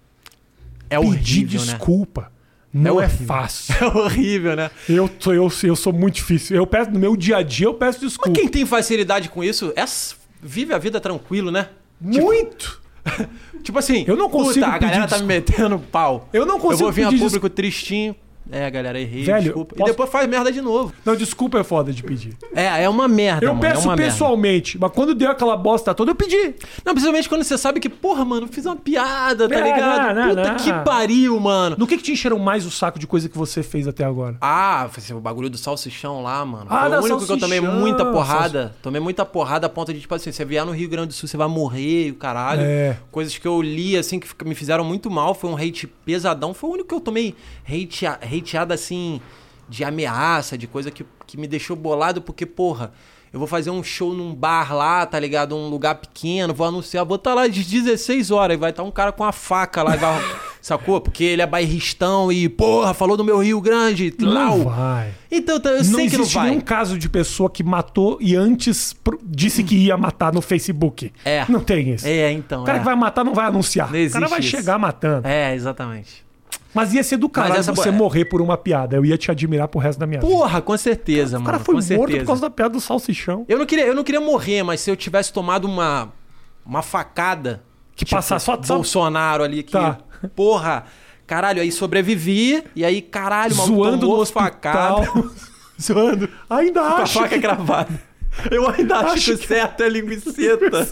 É pedir horrível, né? desculpa não é, horrível. fácil. É horrível, né? Eu, tô, eu, eu sou muito difícil. Eu peço, no meu dia a dia eu peço desculpa. Mas quem tem facilidade com isso é, vive a vida tranquilo, né? Muito! Tipo assim, Eu não consigo puta, a galera pedir tá me metendo pau. Eu não Eu consigo vou vir a pedir público tristinho. É, galera, errei, Velho, desculpa. posso- E depois faz merda de novo. Não, desculpa é foda de pedir. É, é uma merda, Eu mano. é peço uma merda. pessoalmente, mas quando deu aquela bosta toda, eu pedi. Não, principalmente quando você sabe que, porra, mano, eu fiz uma piada, tá É, ligado? não, Puta não, que não. pariu, mano. No que, que te encheram mais o saco de coisa que você fez até agora? Ah, foi assim, o bagulho do salsichão lá, mano. Ah, Foi da o único que eu tomei salsichão. muita porrada. Tomei muita porrada a ponto de, tipo assim, você vier no Rio Grande do Sul, você vai morrer, e o caralho. É. Coisas que eu li, assim, que me fizeram muito mal. Foi um hate pesadão. Foi o único que eu tomei hate, hateada, assim, de ameaça, de coisa que, que me deixou bolado, porque, porra, eu vou fazer um show num bar lá, tá ligado? Um lugar pequeno, vou anunciar, vou estar lá às dezesseis horas e vai estar um cara com a faca lá, e vai, sacou? Porque ele é bairristão e, porra, falou do meu Rio Grande, Não lau. vai. Então, eu Não sei que não existe vai. nenhum caso de pessoa que matou e antes pro- disse que ia matar no Facebook. É. Não tem isso. É, então. O cara é. que vai matar não vai anunciar. Não O cara vai existe isso. chegar matando. É, exatamente. Mas ia ser do caralho essa você bo- morrer por uma piada. Eu ia te admirar pro resto da minha vida. Porra, com certeza, O mano. cara foi com morto certeza. por causa da piada do salsichão. Eu não queria, eu não queria morrer, mas se eu tivesse tomado uma, uma facada. Que passar só- só- Bolsonaro ali que. Tá. Porra, caralho, aí sobrevivi. E aí, caralho, o maluco Zoando tomou no facada. hospital. Zoando. Ainda Com a acho faca que... cravada. Eu ainda acho, Acho que o certo é linguiceta.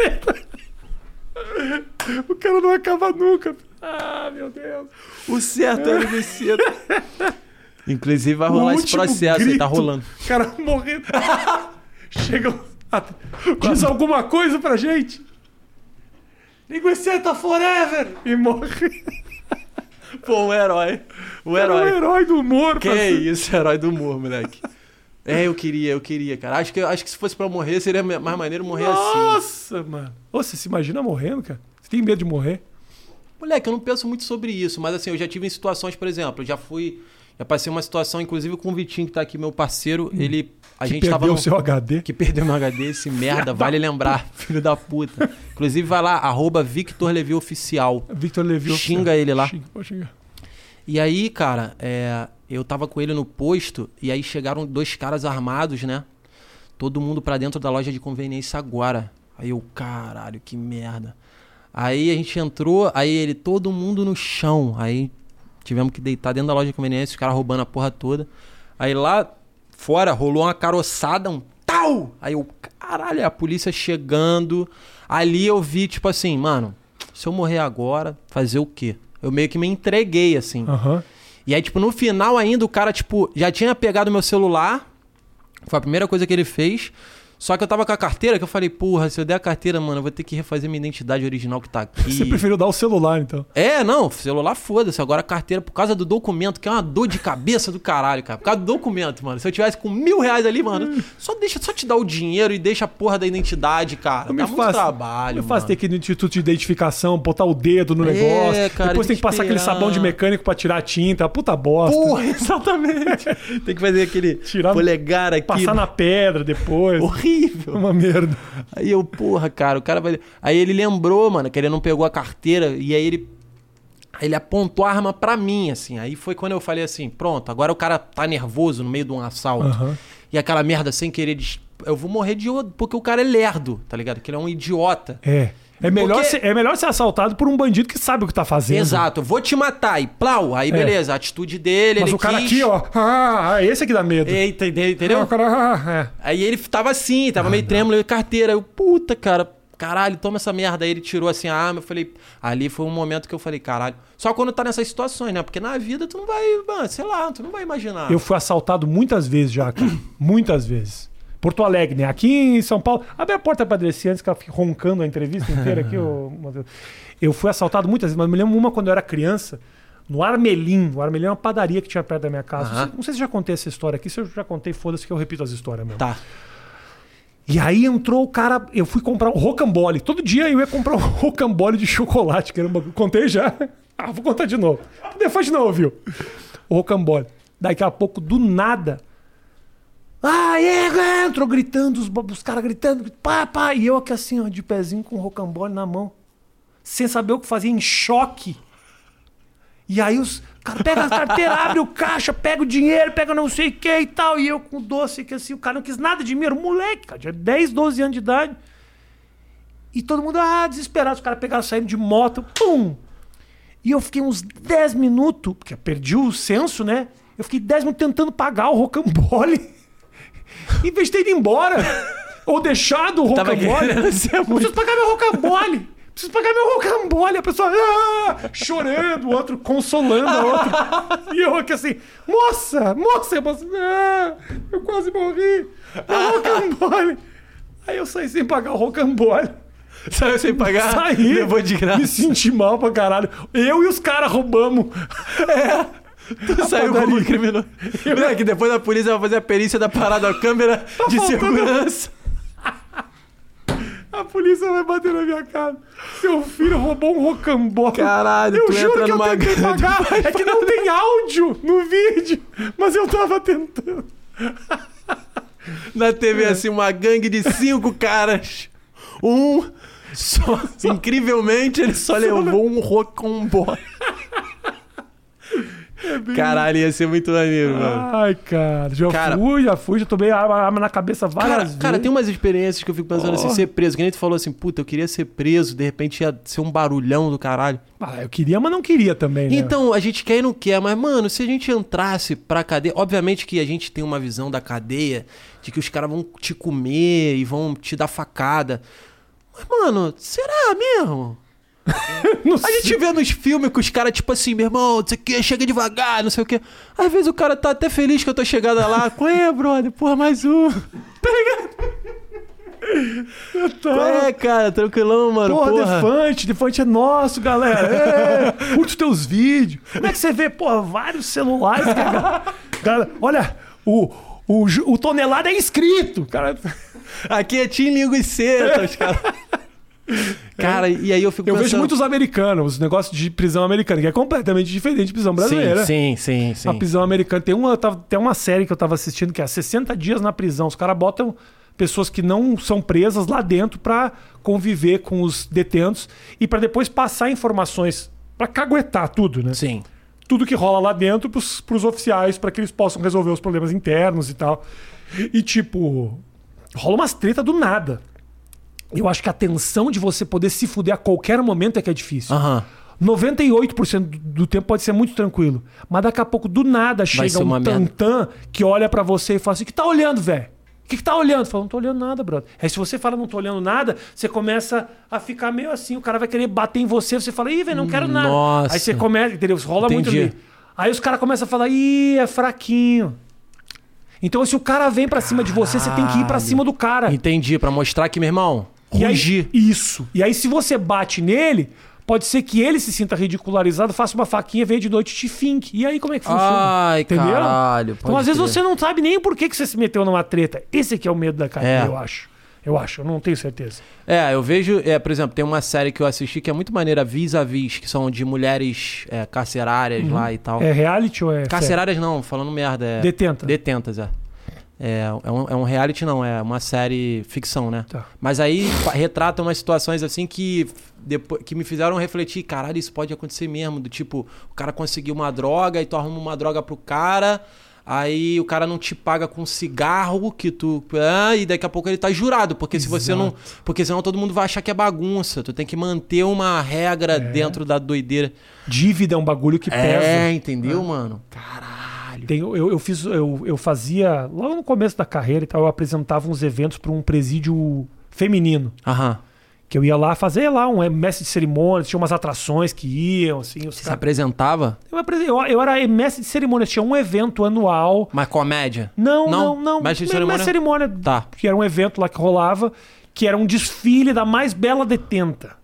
O cara não acaba nunca. Ah, meu Deus. O certo é linguiceta. Inclusive vai O rolar esse último processo aí, tá grito, rolando. O cara morrendo. Chega. Diz alguma coisa pra gente. Linguiceta forever! E morre. Pô, um herói. Um Era o herói. herói do humor. Que parceiro. isso, herói do humor, moleque. É, eu queria, eu queria, cara. Acho que, acho que se fosse pra morrer, seria mais maneiro morrer assim. Nossa, mano. Ô, você se imagina morrendo, cara? Você tem medo de morrer? Moleque, eu não penso muito sobre isso, mas assim, eu já tive em situações, por exemplo, eu já fui Já passei uma situação, inclusive com o Vitinho, que tá aqui, meu parceiro, hum. ele... A que gente perdeu tava no... o seu H D. Que perdeu meu H D, esse merda, vale lembrar, filho da puta. Inclusive vai lá, arroba Victor Levi Oficial. Victor Levi Xinga Oficial. ele lá. Xinga, pode xingar. E aí, cara, é, eu tava com ele no posto, e aí chegaram dois caras armados, né? Todo mundo pra dentro da loja de conveniência agora. Aí eu, caralho, que merda. Aí a gente entrou, aí ele, todo mundo no chão. Aí tivemos que deitar dentro da loja de conveniência, os caras roubando a porra toda. Aí lá fora rolou uma caroçada, um tal! Aí eu, caralho, a polícia chegando. Ali eu vi, tipo assim, mano, se eu morrer agora, fazer o quê? Eu meio que me entreguei, assim. Uhum. E aí, tipo, no final ainda, o cara, tipo, já tinha pegado meu celular. Foi a primeira coisa que ele fez. Só que eu tava com a carteira, que eu falei, porra, se eu der a carteira, mano, eu vou ter que refazer minha identidade original que tá aqui. Você preferiu dar o celular, então? É, não, celular foda-se. Agora a carteira, por causa do documento, que é uma dor de cabeça do caralho, cara. Por causa do documento, mano. Se eu tivesse com mil reais ali, mano, só deixa, só te dar o dinheiro e deixa a porra da identidade, cara. Dá muito trabalho, mano. Faz ter que ir no instituto de identificação, botar o dedo no negócio. É, cara, depois tem que passar aquele sabão de mecânico pra tirar a tinta. Puta bosta. Porra, exatamente. Tem que fazer aquele tirar, polegar aqui. Passar na pedra depois. Horrível. Uma merda. Aí eu, porra, cara, o cara vai... Aí ele lembrou, mano, que ele não pegou a carteira e aí ele... Aí ele apontou a arma pra mim, assim. Aí foi quando eu falei assim, pronto, agora o cara tá nervoso no meio de um assalto. Uhum. E aquela merda sem querer... Eu vou morrer de ódio, porque o cara é lerdo, tá ligado? Que ele é um idiota. É. É melhor, porque... ser, é melhor ser assaltado por um bandido que sabe o que tá fazendo. Exato. Vou te matar. E plau. Aí beleza. É. A atitude dele, Mas ele o cara quis... aqui, ó. Ah, esse aqui dá medo. Eita, entendeu? Ah, cara, ah, é. Aí ele tava assim, tava ah, meio trêmulo, carteira. Eu, puta, cara, caralho, toma essa merda. Aí ele tirou assim a arma. Eu falei... Ali foi um momento que eu falei, caralho. Só quando tá nessas situações, né? Porque na vida tu não vai... Mano, sei lá, tu não vai imaginar. Eu fui assaltado muitas vezes já, cara. Muitas vezes. Porto Alegre, né? Aqui em São Paulo. Abre a porta pra Adreci antes que ela fique roncando a entrevista inteira aqui. Ô, eu fui assaltado muitas vezes, mas me lembro uma quando eu era criança, no Armelim. O Armelim é uma padaria que tinha perto da minha casa. Uhum. Não, sei, não sei se eu já contei essa história aqui. Se eu já contei, foda-se que eu repito as histórias mesmo. Tá. E aí entrou o cara. Eu fui comprar um rocambole. Todo dia eu ia comprar um rocambole de chocolate, que era uma... Contei já? Ah, vou contar de novo. Depois de novo, viu? O rocambole. Daqui a pouco, do nada. Ah, é, entrou gritando, os, os caras gritando, pá, pá, e eu aqui assim, ó, de pezinho com o rocambole na mão, sem saber o que fazer, em choque. E aí os caras pegam a carteira, abre o caixa, pega o dinheiro, pega não sei o que e tal, e eu com o doce, que assim, o cara não quis nada de mim, era um moleque, cara, tinha dez, doze anos de idade. E todo mundo, ah, desesperado, os caras pegaram, saindo de moto, pum! E eu fiquei uns dez minutos, porque eu perdi o senso, né? Eu fiquei dez minutos tentando pagar o rocambole. Em vez de ter ido embora ou deixado o rocambole, preciso pagar meu rocambole, preciso pagar meu rocambole. A pessoa ah, chorando, o outro consolando a outra. E eu aqui assim, moça, moça, moça ah, eu quase morri, meu rocambole. Aí eu saí sem pagar o rocambole. Saiu sem pagar? Saí, levou de graça. Me senti mal pra caralho. Eu e os caras roubamos. É. Tu saiu como criminoso. Não, que depois a polícia vai fazer a perícia da parada da câmera tá de faltando... segurança. A polícia vai bater na minha cara. Seu filho roubou um rocambole. Caralho, eu tu juro entra que numa eu tentei pagar. É que não tem áudio no vídeo, mas eu tava tentando. Na T V, é. assim, uma gangue de cinco caras. Um, só, só... incrivelmente, ele só, só levou um rocambole. É bem... Caralho, ia ser muito maneiro, mano. Ai, cara. Já cara, fui, já fui, já tomei arma, arma na cabeça várias cara, vezes. Cara, tem umas experiências que eu fico pensando oh. assim, ser preso. Que nem tu falou assim, puta, eu queria ser preso, de repente ia ser um barulhão do caralho. Ah, eu queria, mas não queria também, né? Então, a gente quer e não quer, mas, mano, se a gente entrasse pra cadeia... Obviamente que a gente tem uma visão da cadeia de que os caras vão te comer e vão te dar facada. Mas, mano, será mesmo? A gente vê nos filmes que os caras, tipo assim, meu irmão, não sei o que, chega devagar, não sei o que. Às vezes o cara tá até feliz que eu tô chegada lá. Qual é, brother? Porra, mais um. Tá ligado? Tô... É, cara, tranquilão, mano. Porra, porra. Defante, Defante é nosso, galera. É, curte os teus vídeos. Como é que você vê, porra, vários celulares, cara. Cara, olha, o, o, o tonelada é inscrito, cara. Aqui é Team Língua e Seta, os caras. Cara, e aí eu fico Eu pensando... vejo muitos americanos, os negócios de prisão americana, que é completamente diferente de prisão brasileira. Sim, sim, sim. sim. A prisão americana. Tem uma, tem uma série que eu tava assistindo que é sessenta dias na prisão. Os caras botam pessoas que não são presas lá dentro pra conviver com os detentos e pra depois passar informações, pra caguetar tudo, né? Sim. Tudo que rola lá dentro pros, pros oficiais, pra que eles possam resolver os problemas internos e tal. E tipo, rola umas treta do nada. Eu acho que a tensão de você poder se fuder a qualquer momento é que é difícil. Aham. Uhum. noventa e oito por cento do tempo pode ser muito tranquilo. Mas daqui a pouco, do nada, chega um tantã que olha pra você e fala assim: o que tá olhando, velho? O que, que tá olhando? Fala, não tô olhando nada, brother. Aí se você fala, não tô olhando nada, você começa a ficar meio assim, o cara vai querer bater em você, você fala, ih, velho, não quero nada. Nossa. Aí você começa, entendeu? Rola Entendi. muito ali. Aí os caras começam a falar, ih, é fraquinho. Então se o cara vem pra cima de você, você tem que ir pra cima do cara. Entendi, pra mostrar que, meu irmão, rugir. E aí, isso. E aí se você bate nele, pode ser que ele se sinta ridicularizado, faça uma faquinha, venha de noite e te finque. E aí como é que funciona? Ai, entendeu? caralho. Então às vezes crer. você não sabe nem por que que você se meteu numa treta. Esse aqui é o medo da cadeia, É. eu acho. Eu acho, eu não tenho certeza. É, eu vejo, é, por exemplo, tem uma série que eu assisti que é muito maneira, Vis a Vis, que são de mulheres é, carcerárias lá e tal. É reality ou é Carcerárias não, falando merda. É... Detenta. Detentas, é. É, é, um, é um reality não, é uma série ficção, né? Tá. Mas aí fa- retrata umas situações assim que, depois, que me fizeram refletir, caralho, isso pode acontecer mesmo, do tipo, o cara conseguiu uma droga e tu arruma uma droga pro cara, aí o cara não te paga com cigarro que tu... Ah, e daqui a pouco ele tá jurado, porque se você não... Porque senão todo mundo vai achar que é bagunça, tu tem que manter uma regra dentro da doideira. Dívida é um bagulho que pesa. É, entendeu, mano? Caralho. Tem, eu, eu fiz, eu, eu fazia, logo no começo da carreira e tal, eu apresentava uns eventos para um presídio feminino. Aham. Que eu ia lá fazer lá um mestre de cerimônias, tinha umas atrações que iam, assim. Os Você se caras- apresentava? eu, apresen- eu, eu era mestre de cerimônias, tinha um evento anual. Mas comédia? Não, não, não. Mestre de Me- cerimônia? mestre de cerimônia. Tá. Que era um evento lá que rolava, que era um desfile da mais bela detenta.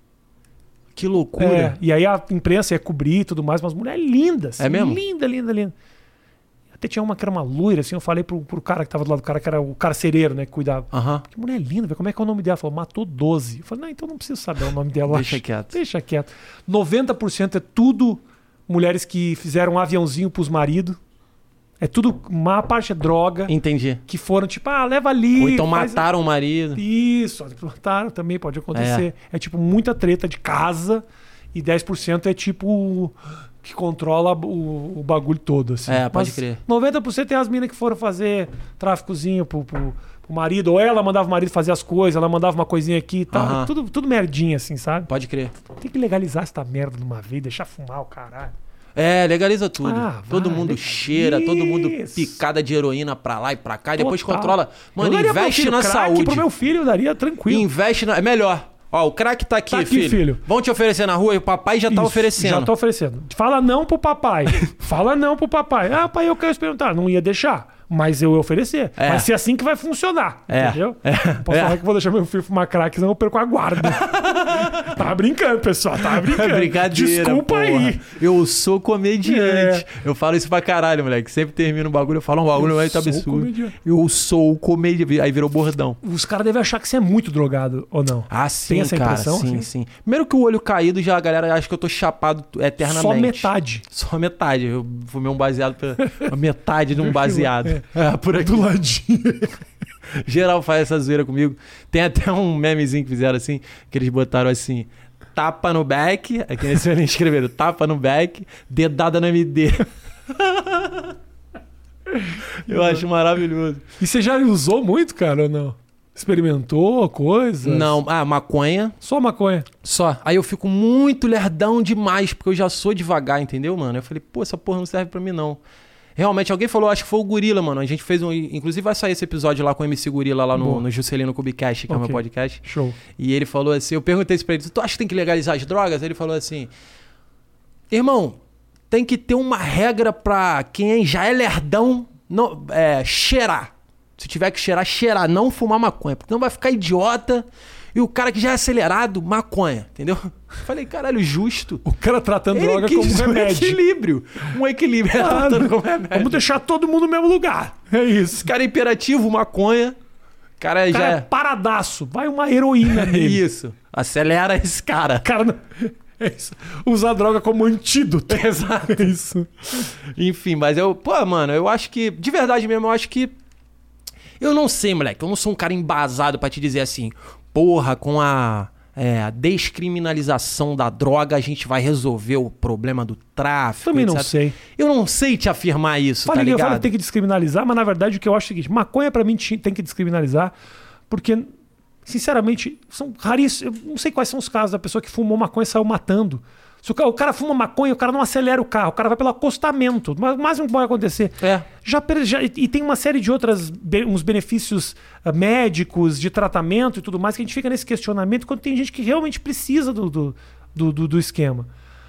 Que loucura. É, e aí a imprensa ia cobrir e tudo mais, mas mulher linda, assim, É mesmo? linda, linda, linda. Até tinha uma que era uma loira, assim, eu falei pro, pro cara que tava do lado do cara, que era o carcereiro, né, que cuidava. Aham. Que mulher linda, velho, como é que é o nome dela? Ela falou, matou doze. Eu falei, não, então não preciso saber o nome dela. Deixa quieto. Deixa quieto. noventa por cento é tudo mulheres que fizeram um aviãozinho pros maridos. É tudo, uma parte é droga, Entendi. que foram tipo, ah, leva ali. Ou então faz- mataram o marido. Isso, mataram também, pode acontecer. É. tipo muita treta de casa e dez por cento é tipo que controla o, o bagulho todo. Assim. É, pode Mas crer. noventa por cento é as minas que foram fazer tráficozinho pro, pro, pro marido, ou ela mandava o marido fazer as coisas, ela mandava uma coisinha aqui e tal. Aham. Tudo, tudo merdinha, assim, sabe? Pode crer. Tem que legalizar essa merda de uma vez, deixar fumar o caralho. É, legaliza tudo. Ah, todo vai, mundo legaliza. cheira, todo mundo Isso. picada de heroína pra lá e pra cá. E depois Total. controla. Mano, Eu daria pro meu investe filho na crack, saúde. Pro meu filho eu daria tranquilo. Investe na... É melhor. Ó, o crack tá aqui, Tá aqui, filho. filho. Vão te oferecer na rua e o papai já tá Isso, oferecendo. Já tô oferecendo. Fala não pro papai. Fala não pro papai. Ah, pai, eu quero experimentar. Não ia deixar. Mas eu ia oferecer. É. Vai ser assim que vai funcionar. É. Entendeu? É. Não posso É. falar que eu vou deixar meu filho fumar crack, senão eu perco a guarda. Tava brincando, pessoal. Tava brincando. É brincadeira, Desculpa porra. aí. Eu sou comediante. É. Eu falo isso pra caralho, moleque. Sempre termino um bagulho, eu falo um bagulho, Eu mas tá sou absurdo. comediante. Eu sou comediante. Aí virou bordão. Os caras devem achar que você é muito drogado, ou não? Ah, sim, Tem essa cara. impressão, sim, assim? sim. Primeiro que o olho caído, já a galera acha que eu tô chapado eternamente. Só metade. Só metade. Eu fumei um baseado pela metade de um baseado. É. É, por aqui. Do ladinho. Geral faz essa zoeira comigo. Tem até um memezinho que fizeram assim, que eles botaram assim, tapa no back, aqui nesse eles escreveram, tapa no back, dedada no M D. Eu acho maravilhoso. E você já usou muito, cara, ou não? Experimentou coisas? Não, ah, maconha, Só maconha. só. Aí eu fico muito lerdão demais, porque eu já sou devagar, entendeu, mano? Eu falei, pô, essa porra não serve pra mim, não. Realmente, alguém falou, acho que foi o Gorila, mano. A gente fez um... Inclusive vai sair esse episódio lá com o M C Gorila lá no, Boa. no Juscelino Kubicast, que é o Ok. meu podcast. Show. E ele falou assim, eu perguntei isso pra ele, tu acha que tem que legalizar as drogas? Ele falou assim, irmão, tem que ter uma regra pra quem já é lerdão não, é, cheirar. Se tiver que cheirar, cheirar, não fumar maconha, porque não vai ficar idiota. E o cara que já é acelerado, maconha, entendeu? Falei, caralho, justo. O cara tratando Ele droga quis como um remédio. equilíbrio. Um equilíbrio. Ele Claro. tratando como remédio. Vamos deixar todo mundo no mesmo lugar. É isso. Esse cara é imperativo, maconha. cara O já cara é é... paradaço. Vai uma heroína nele. Isso. Acelera esse cara. Cara, não... é isso. Usar droga como antídoto. Exato. É isso. Enfim, mas eu... Pô, mano, eu acho que... De verdade mesmo, eu acho que... Eu não sei, moleque. Eu não sou um cara embasado pra te dizer assim... Porra, com a... É, a descriminalização da droga, a gente vai resolver o problema do tráfico. Também não etcétera. sei. Eu não sei te afirmar isso, Falei, tá ligado? eu falo que tem que descriminalizar, mas na verdade o que eu acho é o seguinte: maconha pra mim tem que descriminalizar, porque, sinceramente, são raríssimos. Eu não sei quais são os casos da pessoa que fumou maconha e saiu matando. Se o cara, o cara fuma maconha, o cara não acelera o carro, o cara vai pelo acostamento. Mas o máximo que pode acontecer. É. Já, já, e tem uma série de outros uns benefícios uh, médicos, de tratamento e tudo mais, que a gente fica nesse questionamento quando tem gente que realmente precisa do, do, do, do, do esquema.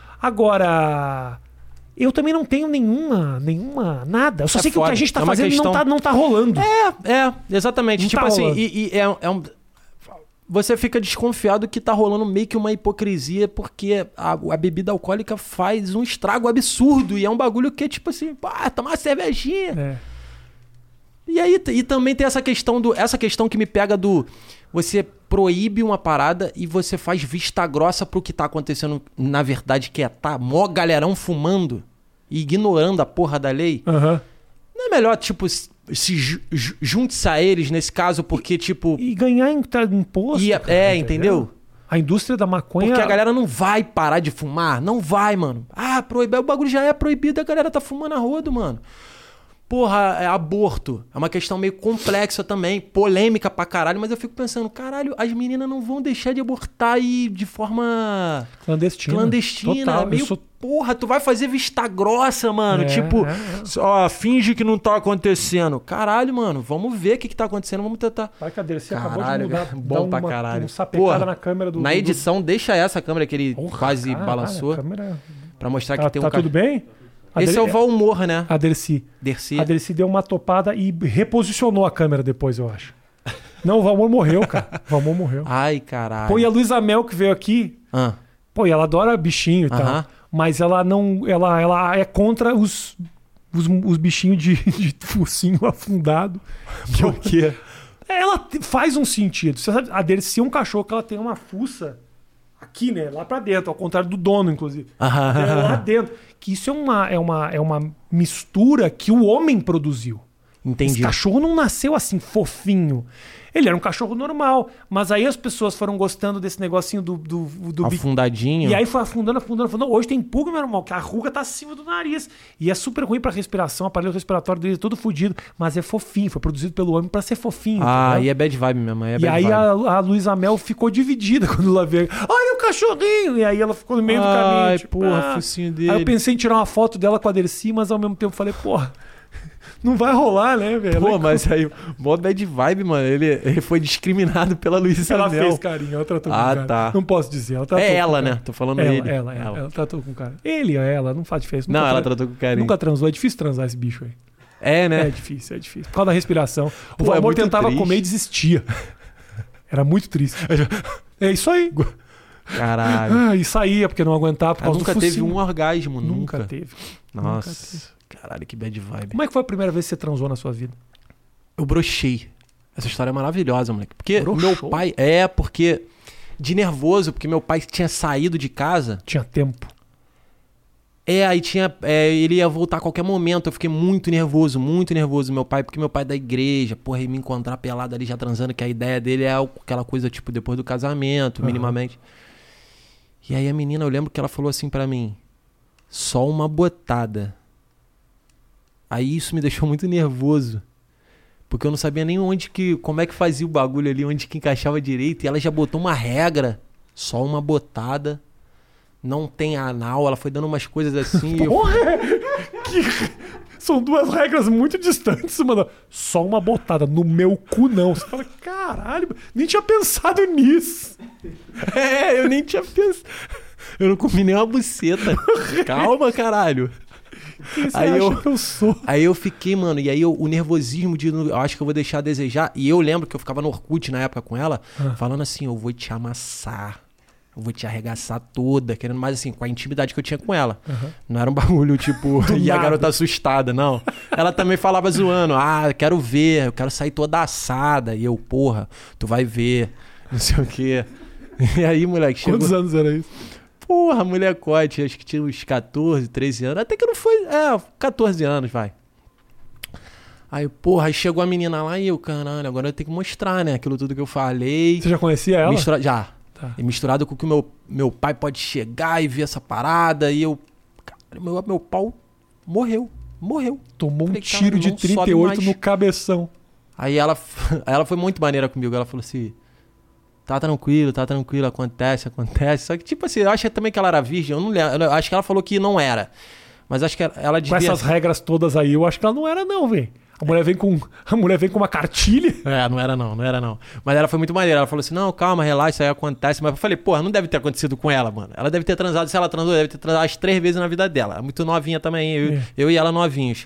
Agora, eu também não tenho nenhuma, nenhuma, nada. Eu só É sei que o foda. que a gente tá É uma fazendo questão- não, tá, não tá rolando. É, é, exatamente. Não tipo tá assim, rolando. e, e é, é um... Você fica desconfiado que tá rolando meio que uma hipocrisia, porque a, a bebida alcoólica faz um estrago absurdo. E é um bagulho que, tipo assim, pá, tomar uma cervejinha. É. E aí, e também tem essa questão do. Essa questão que me pega do. Você proíbe uma parada e você faz vista grossa pro que tá acontecendo, na verdade, que é tá mó galerão fumando e ignorando a porra da lei. Aham. Não é melhor, tipo, se, se ju- ju- junte-se a eles nesse caso, porque, tipo. E ganhar em- tá, imposto. E, cara, é, entendeu? A indústria da maconha. Porque a galera não vai parar de fumar. Não vai, mano. Ah, proibir. O bagulho já é proibido e a galera tá fumando a rodo, mano. Porra, é aborto. É uma questão meio complexa também. Polêmica pra caralho. Mas eu fico pensando, caralho, as meninas não vão deixar de abortar aí de forma Clandestina. clandestina. Total. É meio, Eu sou... porra, tu vai fazer vista grossa, mano. É, tipo, é, é. ó, finge que não tá acontecendo. Caralho, mano, vamos ver o que que tá acontecendo. Vamos tentar... Vai, cadê? Você acabou de Caralho, mudar. bom dar pra uma, caralho. Um sapecada Porra, na câmera do... Na do- edição, deixa essa câmera que ele Porra, quase caralho, balançou. a câmera... Pra mostrar Tá, que tem um tá ca- tudo bem? A Esse Dele- é o Valmor, né? A Dercy. Dercy. A Dercy deu uma topada e reposicionou a câmera depois, eu acho. Não, o Valmor morreu, cara. O Valmor morreu. Ai, caralho. Pô, e a Luísa Mel que veio aqui, Ah, pô, e ela adora bichinho e tal. Aham. Mas ela não. Ela, ela é contra os, os, os bichinhos de, de focinho afundado. por quê? Ela te- faz um sentido. Você sabe, a Dercy é um cachorro que ela tem uma fuça aqui, né? Lá pra dentro, ao contrário do dono, inclusive. É lá dentro. Que isso é uma, é, uma, é uma mistura que o homem produziu. Entendi. Esse cachorro não nasceu assim, fofinho. Ele era um cachorro normal. Mas aí as pessoas foram gostando desse negocinho do, do, do bi- Afundadinho. E aí foi afundando, afundando, afundando. Hoje tem pulga, meu irmão, que a ruga tá acima do nariz. E é super ruim pra respiração, o aparelho respiratório dele é todo fodido. Mas é fofinho, foi produzido pelo homem pra ser fofinho. Ah, entendeu? e é bad vibe mesmo. aí É E bad aí vibe. a, a Luísa Mel ficou dividida quando ela veio. Olha o cachorrinho! E aí ela ficou no meio do caminho. Ai, tipo, porra, ah. focinho Aí eu dele. pensei em tirar uma foto dela com a Dercy, mas ao mesmo tempo falei, porra, não vai rolar, né, velho? Pô, mas aí, mó bad vibe, mano. Ele, ele foi discriminado pela Luísa Ela Mel. fez carinho, ela tratou Ah, com cara. tá. Não posso dizer. Ela tratou É com ela, cara. né? Tô falando Ela, ele. ela, ela, ela tratou com cara. Ele ou ela, não faz diferença. Não, Nunca ela tra- tratou com carinho. Nunca transou, é difícil transar esse bicho aí. É, É né? difícil, é difícil. Por causa da respiração. Pô, O é amor muito tentava triste. comer e desistia. Era muito triste. É isso aí. Caralho. Ah, e saía porque não aguentava por Ela causa nunca do teve focinho. um orgasmo, Nunca, nunca. teve. Nossa. Nunca teve. Caralho, que bad vibe. Como é que foi a primeira vez que você transou na sua vida? Eu brochei. Essa história é maravilhosa, moleque. Porque Broxou? meu pai... É, porque... De nervoso, porque meu pai tinha saído de casa. Tinha tempo. É, aí tinha... é, ele ia voltar a qualquer momento. Eu fiquei muito nervoso, muito nervoso. Meu pai, porque meu pai é da igreja. Porra, e me encontrar pelado ali já transando, que a ideia dele é aquela coisa, tipo, depois do casamento, Aham. minimamente. E aí a menina, eu lembro que ela falou assim pra mim... Só uma botada. Aí isso me deixou muito nervoso. Porque eu não sabia nem onde que... Como é que fazia o bagulho ali, onde que encaixava direito. E ela já botou uma regra. Só uma botada. Não tem anal. Ela foi dando umas coisas assim. e eu... Porra! Que... São duas regras muito distantes, mano. Só uma botada. No meu cu, não. Você fala, caralho, nem tinha pensado nisso. É, eu nem tinha pensado. Eu não comi nem uma buceta. Calma, caralho. Quem você Aí acha eu- que eu sou? Aí eu fiquei, mano, e aí eu- o nervosismo de eu acho que eu vou deixar a desejar. E eu lembro que eu ficava no Orkut na época com ela, Ah. falando assim, eu vou te amassar. Eu vou te arregaçar toda, querendo mais assim, com a intimidade que eu tinha com ela. Uhum. Não era um bagulho tipo, Do e a nada. garota assustada, não. Ela também falava zoando, ah, eu quero ver, eu quero sair toda assada. E eu, porra, tu vai ver, não sei o quê. E aí, moleque, chegou... Quantos anos era isso? Porra, molecote, acho que tinha uns catorze, treze anos. Até que não foi, é, catorze anos, vai. Aí, porra, aí chegou a menina lá e eu, caralho, agora eu tenho que mostrar, né? Aquilo tudo que eu falei. Você já conhecia ela? Mistura... Já. Tá. E misturado com o que o meu, meu pai pode chegar e ver essa parada. E eu. Cara, meu, meu pau morreu. Morreu. Tomou um Falei, tiro cara, de não trinta sobe e oito mais. no cabeção. Aí ela, aí ela foi muito maneira comigo. Ela falou assim: tá tranquilo, tá tranquilo, acontece, acontece. Só que, tipo assim, eu acho também que ela era virgem. Eu não lembro. Eu acho que ela falou que não era. Mas acho que ela Com devia. essas regras todas aí, eu acho que ela não era, não, velho. A mulher vem com. A mulher vem com uma cartilha. É, não era não, não era não. Mas ela foi muito maneira. Ela falou assim, não, calma, relaxa, isso aí acontece. Mas eu falei, porra, não deve ter acontecido com ela, mano. Ela deve ter transado, se ela transou, deve ter transado as três vezes na vida dela. É muito novinha também, eu, É. eu e ela novinhos.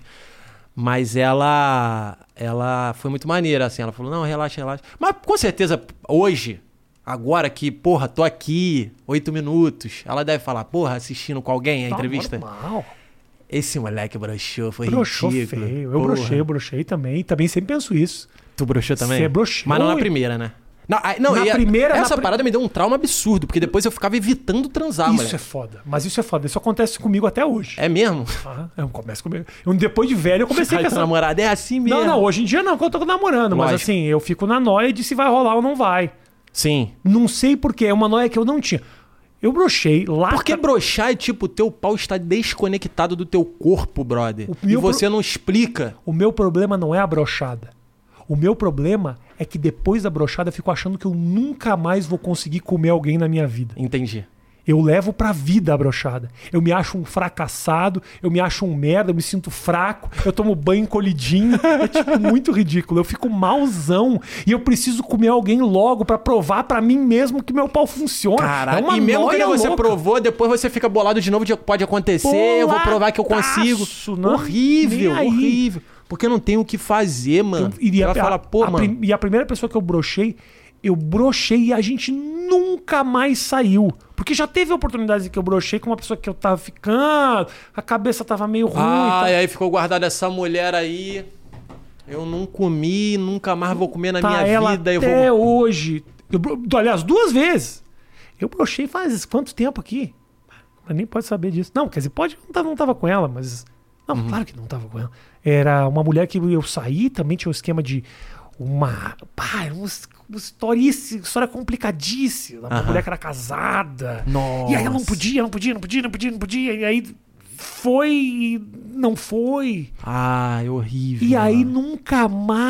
Mas ela, ela foi muito maneira, assim. Ela falou, não, relaxa, relaxa. Mas com certeza, hoje, agora que, porra, tô aqui, oito minutos, ela deve falar, porra, assistindo com alguém a Tá entrevista. normal. Esse moleque broxou, foi Broxou ridículo. feio. Eu Porra. brochei, eu brochei também. Também sempre penso isso. Tu broxou também? Você broxou. Mas não na primeira, né? Não, aí- não, Na e a- primeira- Essa na pri- parada me deu um trauma absurdo, porque depois eu ficava evitando transar, Isso moleque. é foda. Mas isso é foda. Isso acontece comigo até hoje. É mesmo? Ah, eu começo comigo. Eu, depois de velho, eu comecei Ai, com tua essa. namorada é assim mesmo. Não, não, hoje em dia não, que eu tô namorando. Mas Lógico. assim, eu fico na noia de se vai rolar ou não vai. Sim. Não sei porquê, é uma noia que eu não tinha. Eu brochei lá. Porque broxar é tipo, teu pau está desconectado do teu corpo, brother. O E meu você não explica. O meu problema não é a brochada. O meu problema é que depois da brochada eu fico achando que eu nunca mais vou conseguir comer alguém na minha vida. Entendi. Eu levo pra vida a brochada. Eu me acho um fracassado, eu me acho um merda, eu me sinto fraco, eu tomo banho encolhidinho. É tipo muito ridículo. Eu fico malzão e eu preciso comer alguém logo pra provar pra mim mesmo que meu pau funciona. Caralho. é uma E mesmo que noia você louca. provou, depois você fica bolado de novo, de- pode acontecer, eu vou provar que eu consigo. Boladaço, não- Horrível, nem aí. horrível. Porque eu não tenho o que fazer, mano. Eu iria- Ela fala, pô, a, a mano. prim- E a primeira pessoa que eu brochei, eu brochei e a gente nunca mais saiu. Porque já teve oportunidades que eu brochei com uma pessoa que eu tava ficando, a cabeça tava meio ruim. Ah, tá, e aí ficou guardada essa mulher aí. Eu não comi, nunca mais vou comer na tá minha ela vida. Eu até vou... hoje. Eu, bro- aliás, duas vezes. Eu brochei faz quanto tempo aqui? Ela nem pode saber disso. Não, quer dizer, pode, não tava, não tava com ela, mas... Não, Uhum. claro que não tava com ela. Era uma mulher que eu saí, também tinha um esquema de uma... Pá, era uma, uma história, história complicadíssima. Uma Aham. mulher que era casada. Nossa. E aí ela não podia, não podia, não podia, não podia, não podia. E aí foi e não foi. Ai, horrível. E aí mano. nunca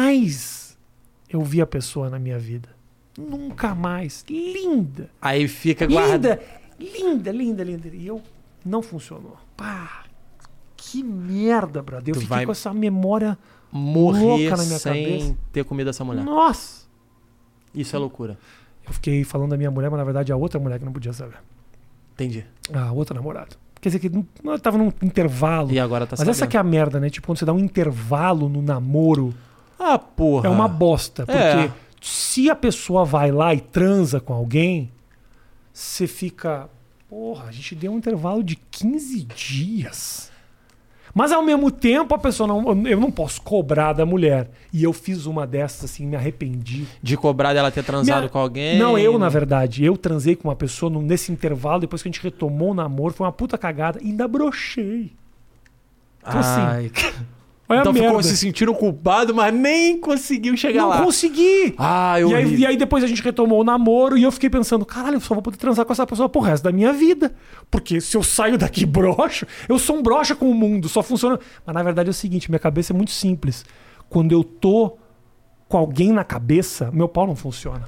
mais eu vi a pessoa na minha vida. Nunca mais. Linda. Aí fica guardada. Linda, linda, linda, linda. E eu não funcionou. Pá, que merda, brother. Eu Tu fiquei vai com essa memória Morrer louca na minha sem cabeça. ter comido essa mulher. Nossa. Isso é loucura. Eu fiquei falando da minha mulher, mas na verdade a outra mulher que não podia saber. Entendi. A outra namorada. Quer dizer que não- eu tava num intervalo. E agora tá Mas sabendo. essa que é a merda, né? Tipo, quando você dá um intervalo no namoro, Ah, porra. é uma bosta. Porque É. se a pessoa vai lá e transa com alguém, você fica... Porra, a gente deu um intervalo de quinze dias. Mas ao mesmo tempo, a pessoa não... Eu não posso cobrar da mulher. E eu fiz uma dessas, assim, me arrependi. De cobrar dela ter transado Minha- com alguém. Não, eu, na verdade. Eu transei com uma pessoa no- nesse intervalo, depois que a gente retomou o namoro, foi uma puta cagada. E ainda brochei. Então, assim, Ai, olha então a merda. ficou se sentindo culpado, mas nem conseguiu chegar Não lá. consegui. Ah, E eu aí, e aí depois a gente retomou o namoro e eu fiquei pensando, caralho, eu só vou poder transar com essa pessoa pro resto da minha vida. Porque se eu saio daqui broxo, eu sou um broxa com o mundo, só funciona... Mas na verdade é o seguinte, minha cabeça é muito simples. Quando eu tô com alguém na cabeça, meu pau não funciona.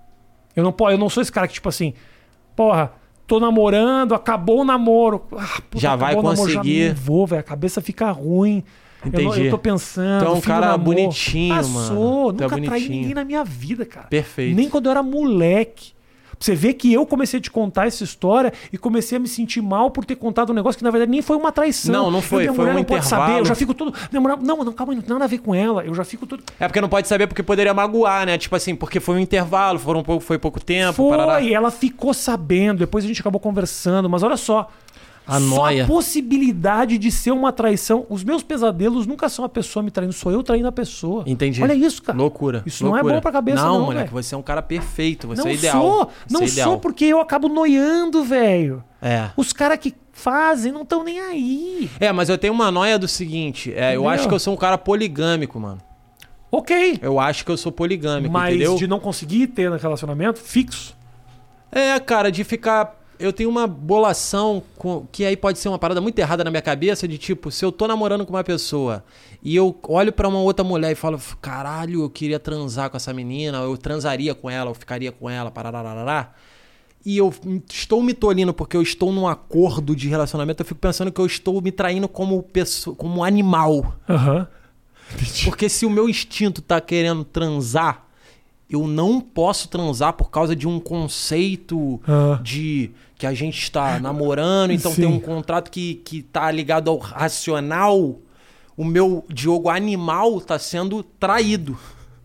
Eu não, po- eu não sou esse cara que tipo assim, porra, tô namorando, acabou o namoro. Ah, puta, Já vai acabou o namoro, conseguir. Já não vou, velho, a cabeça fica ruim. Eu, não- Entendi. eu tô pensando. Tu é um fim do cara namoro. bonitinho, ah, mano. Sou, Tu é nunca traí bonitinho. ninguém na minha vida, cara. Perfeito. Nem quando eu era moleque. Você vê que eu comecei a te contar essa história e comecei a me sentir mal por ter contado um negócio que na verdade nem foi uma traição. Não, não foi, minha foi mulher um não pode intervalo. saber, eu já fico todo... Minha mulher, não, não, calma aí, não tem nada a ver com ela. Eu já fico todo... É porque não pode saber porque poderia magoar, né? Tipo assim, porque foi um intervalo, foram um pouco, foi pouco tempo. Foi, parará. ela ficou sabendo, depois a gente acabou conversando, mas olha só... A só nóia. a possibilidade de ser uma traição. Os meus pesadelos nunca são a pessoa me traindo, sou eu traindo a pessoa. Entendi. Olha isso, cara. Loucura. Isso loucura. não é bom pra cabeça, não, Não, moleque, velho. você é um cara perfeito. Você Não é ideal. sou, Você não é ideal. sou porque eu acabo noiando, velho. É. Os caras que fazem não estão nem aí. É, mas eu tenho uma noia do seguinte. É, eu Entendeu? acho que eu sou um cara poligâmico, mano. Ok. Eu acho que eu sou poligâmico, Mas entendeu? de não conseguir ter um relacionamento fixo. É, cara, de ficar... Eu tenho uma bolação com... que aí pode ser uma parada muito errada na minha cabeça, de tipo, se eu tô namorando com uma pessoa e eu olho pra uma outra mulher e falo, caralho, eu queria transar com essa menina, eu transaria com ela, eu ficaria com ela, parararará, e eu estou me tolindo porque eu estou num acordo de relacionamento, eu fico pensando que eu estou me traindo como pessoa, como animal. Aham. Porque se o meu instinto tá querendo transar, eu não posso transar por causa de um conceito Ah. de que a gente está namorando, então Sim. tem um contrato que, que tá ligado ao racional. O meu Diogo animal tá sendo traído.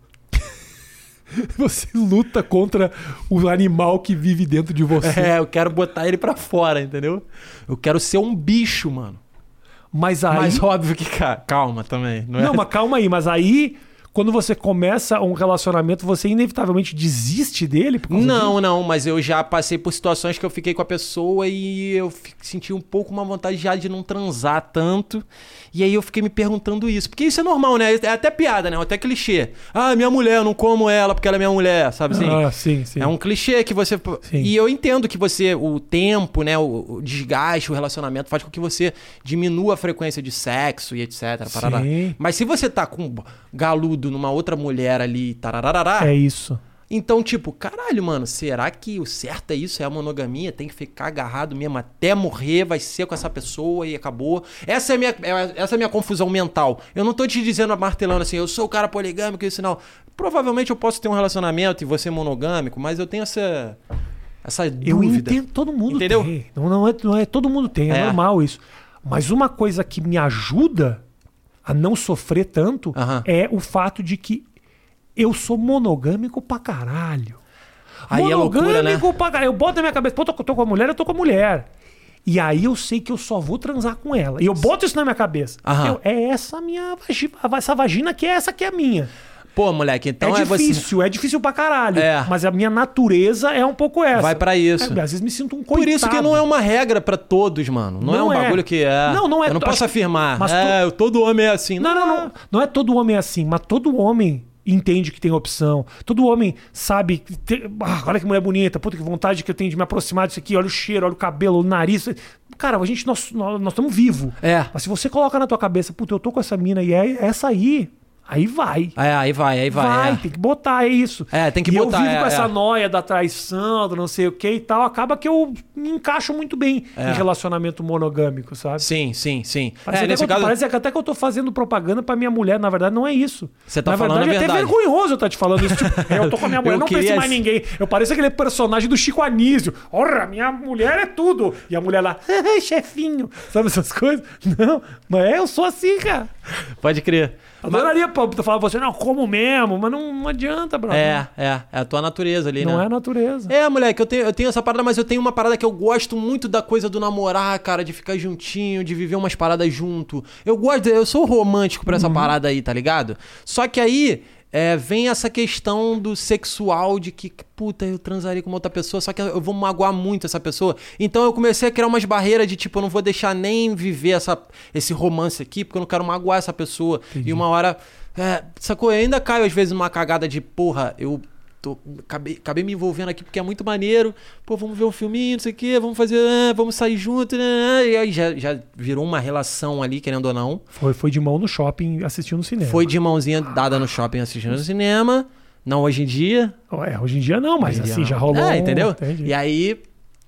Você luta contra o animal que vive dentro de você. É, eu quero botar ele pra fora, entendeu? Eu quero ser um bicho, mano. Mas aí... Mas óbvio que ca- calma também. Não, é... Não, mas calma aí. Mas aí, quando você começa um relacionamento, você inevitavelmente desiste dele? Por causa Não, disso? não, mas eu já passei por situações que eu fiquei com a pessoa e eu fi- senti um pouco uma vontade já de não transar tanto. E aí eu fiquei me perguntando isso. Porque isso é normal, né? É até piada, né? Até clichê. Ah, minha mulher, eu não como ela porque ela é minha mulher, sabe assim? Ah, sim, sim. É um clichê que você... Sim. E eu entendo que você, o tempo, né, o, o desgaste, o relacionamento faz com que você diminua a frequência de sexo e etcétera. Parará. Sim. Mas se você tá com galudo numa outra mulher ali, tarararará, É isso. então, tipo, caralho, mano, será que o certo é isso? É a monogamia? Tem que ficar agarrado mesmo até morrer, vai ser com essa pessoa e acabou. Essa é a minha, é- essa é a minha confusão mental. Eu não tô te dizendo, martelando assim, eu sou o cara poligâmico, isso não. Provavelmente eu posso ter um relacionamento e você monogâmico, mas eu tenho essa, essa Eu dúvida. entendo, todo mundo Entendeu? tem. Não, não, é, não é todo mundo tem, é, É. normal isso. Mas uma coisa que me ajuda a não sofrer tanto Aham. é o fato de que eu sou monogâmico pra caralho. Aí é loucura, né? Monogâmico pra caralho. Eu boto na minha cabeça, pô, tô, tô com a mulher, eu tô com a mulher. E aí eu sei que eu só vou transar com ela. E eu boto isso na minha cabeça. Aham. Eu, é essa minha vagina, essa vagina que é essa que é a minha. Pô, moleque, então é é, você... difícil, é difícil pra caralho. É. Mas a minha natureza é um pouco essa. Vai pra isso. É, às vezes me sinto um coitado. Por isso que não é uma regra pra todos, mano. Não, é Não um é. bagulho que é... Não, não é. Eu não Acho posso que- afirmar. mas é, eu- todo homem é assim. Não, não, não. Não é todo homem assim, mas todo homem entende que tem opção. Todo homem sabe que tem... ah, olha que mulher bonita, puta que vontade que eu tenho de me aproximar disso aqui, olha o cheiro, olha o cabelo, o nariz. Cara, a gente, nós nós nós estamos vivos. É. Mas se você coloca na tua cabeça, puta, eu tô com essa mina e é essa aí, aí vai. É, aí vai, aí vai. Vai, é. tem que botar, é isso. É, tem que e botar, eu vivo é, com essa é. noia da traição, do não sei o que e tal. Acaba que eu me encaixo muito bem É. em relacionamento monogâmico, sabe? Sim, sim, sim. Parece, é, até nesse que eu, caso... parece que até que eu tô fazendo propaganda pra minha mulher. Na verdade, não é isso. Você tá na falando verdade, a é até verdade. vergonhoso eu estar te falando isso. Tipo, eu tô com a minha mulher, Eu não penso em queria- mais ninguém. Eu pareço aquele personagem do Chico Anísio. Ora, minha mulher é tudo. E a mulher lá, chefinho. Sabe essas coisas? Não, mas é, eu sou assim, cara. Pode crer. Adoraria pra falar pra você, não, como mesmo, mas não, não adianta, brother. É, é. É a tua natureza ali, Não né? é a natureza. É, moleque, eu tenho, eu tenho essa parada, mas eu tenho uma parada que eu gosto muito da coisa do namorar, cara, de ficar juntinho, de viver umas paradas junto. Eu gosto, eu sou romântico pra essa parada aí, tá ligado? Só que aí é, vem essa questão do sexual, de que, puta, eu transaria com uma outra pessoa, só que eu vou magoar muito essa pessoa. Então eu comecei a criar umas barreiras de tipo, eu não vou deixar nem viver essa, esse romance aqui, porque eu não quero magoar essa pessoa. Entendi. E uma hora, é, sacou? Eu ainda caio às vezes numa cagada de, porra, eu... Tô, acabei, acabei me envolvendo aqui porque é muito maneiro. Pô, vamos ver um filminho, não sei o quê, vamos fazer, ah, vamos sair junto, né? E aí já, já virou uma relação ali, querendo ou não. Foi, foi de mão no shopping assistindo no cinema. Foi de mãozinha dada no shopping assistindo no cinema. Não hoje em dia. É, hoje em dia não, mas Hoje em dia assim, não. já rolou. É, um- entendeu? Entendi. E aí,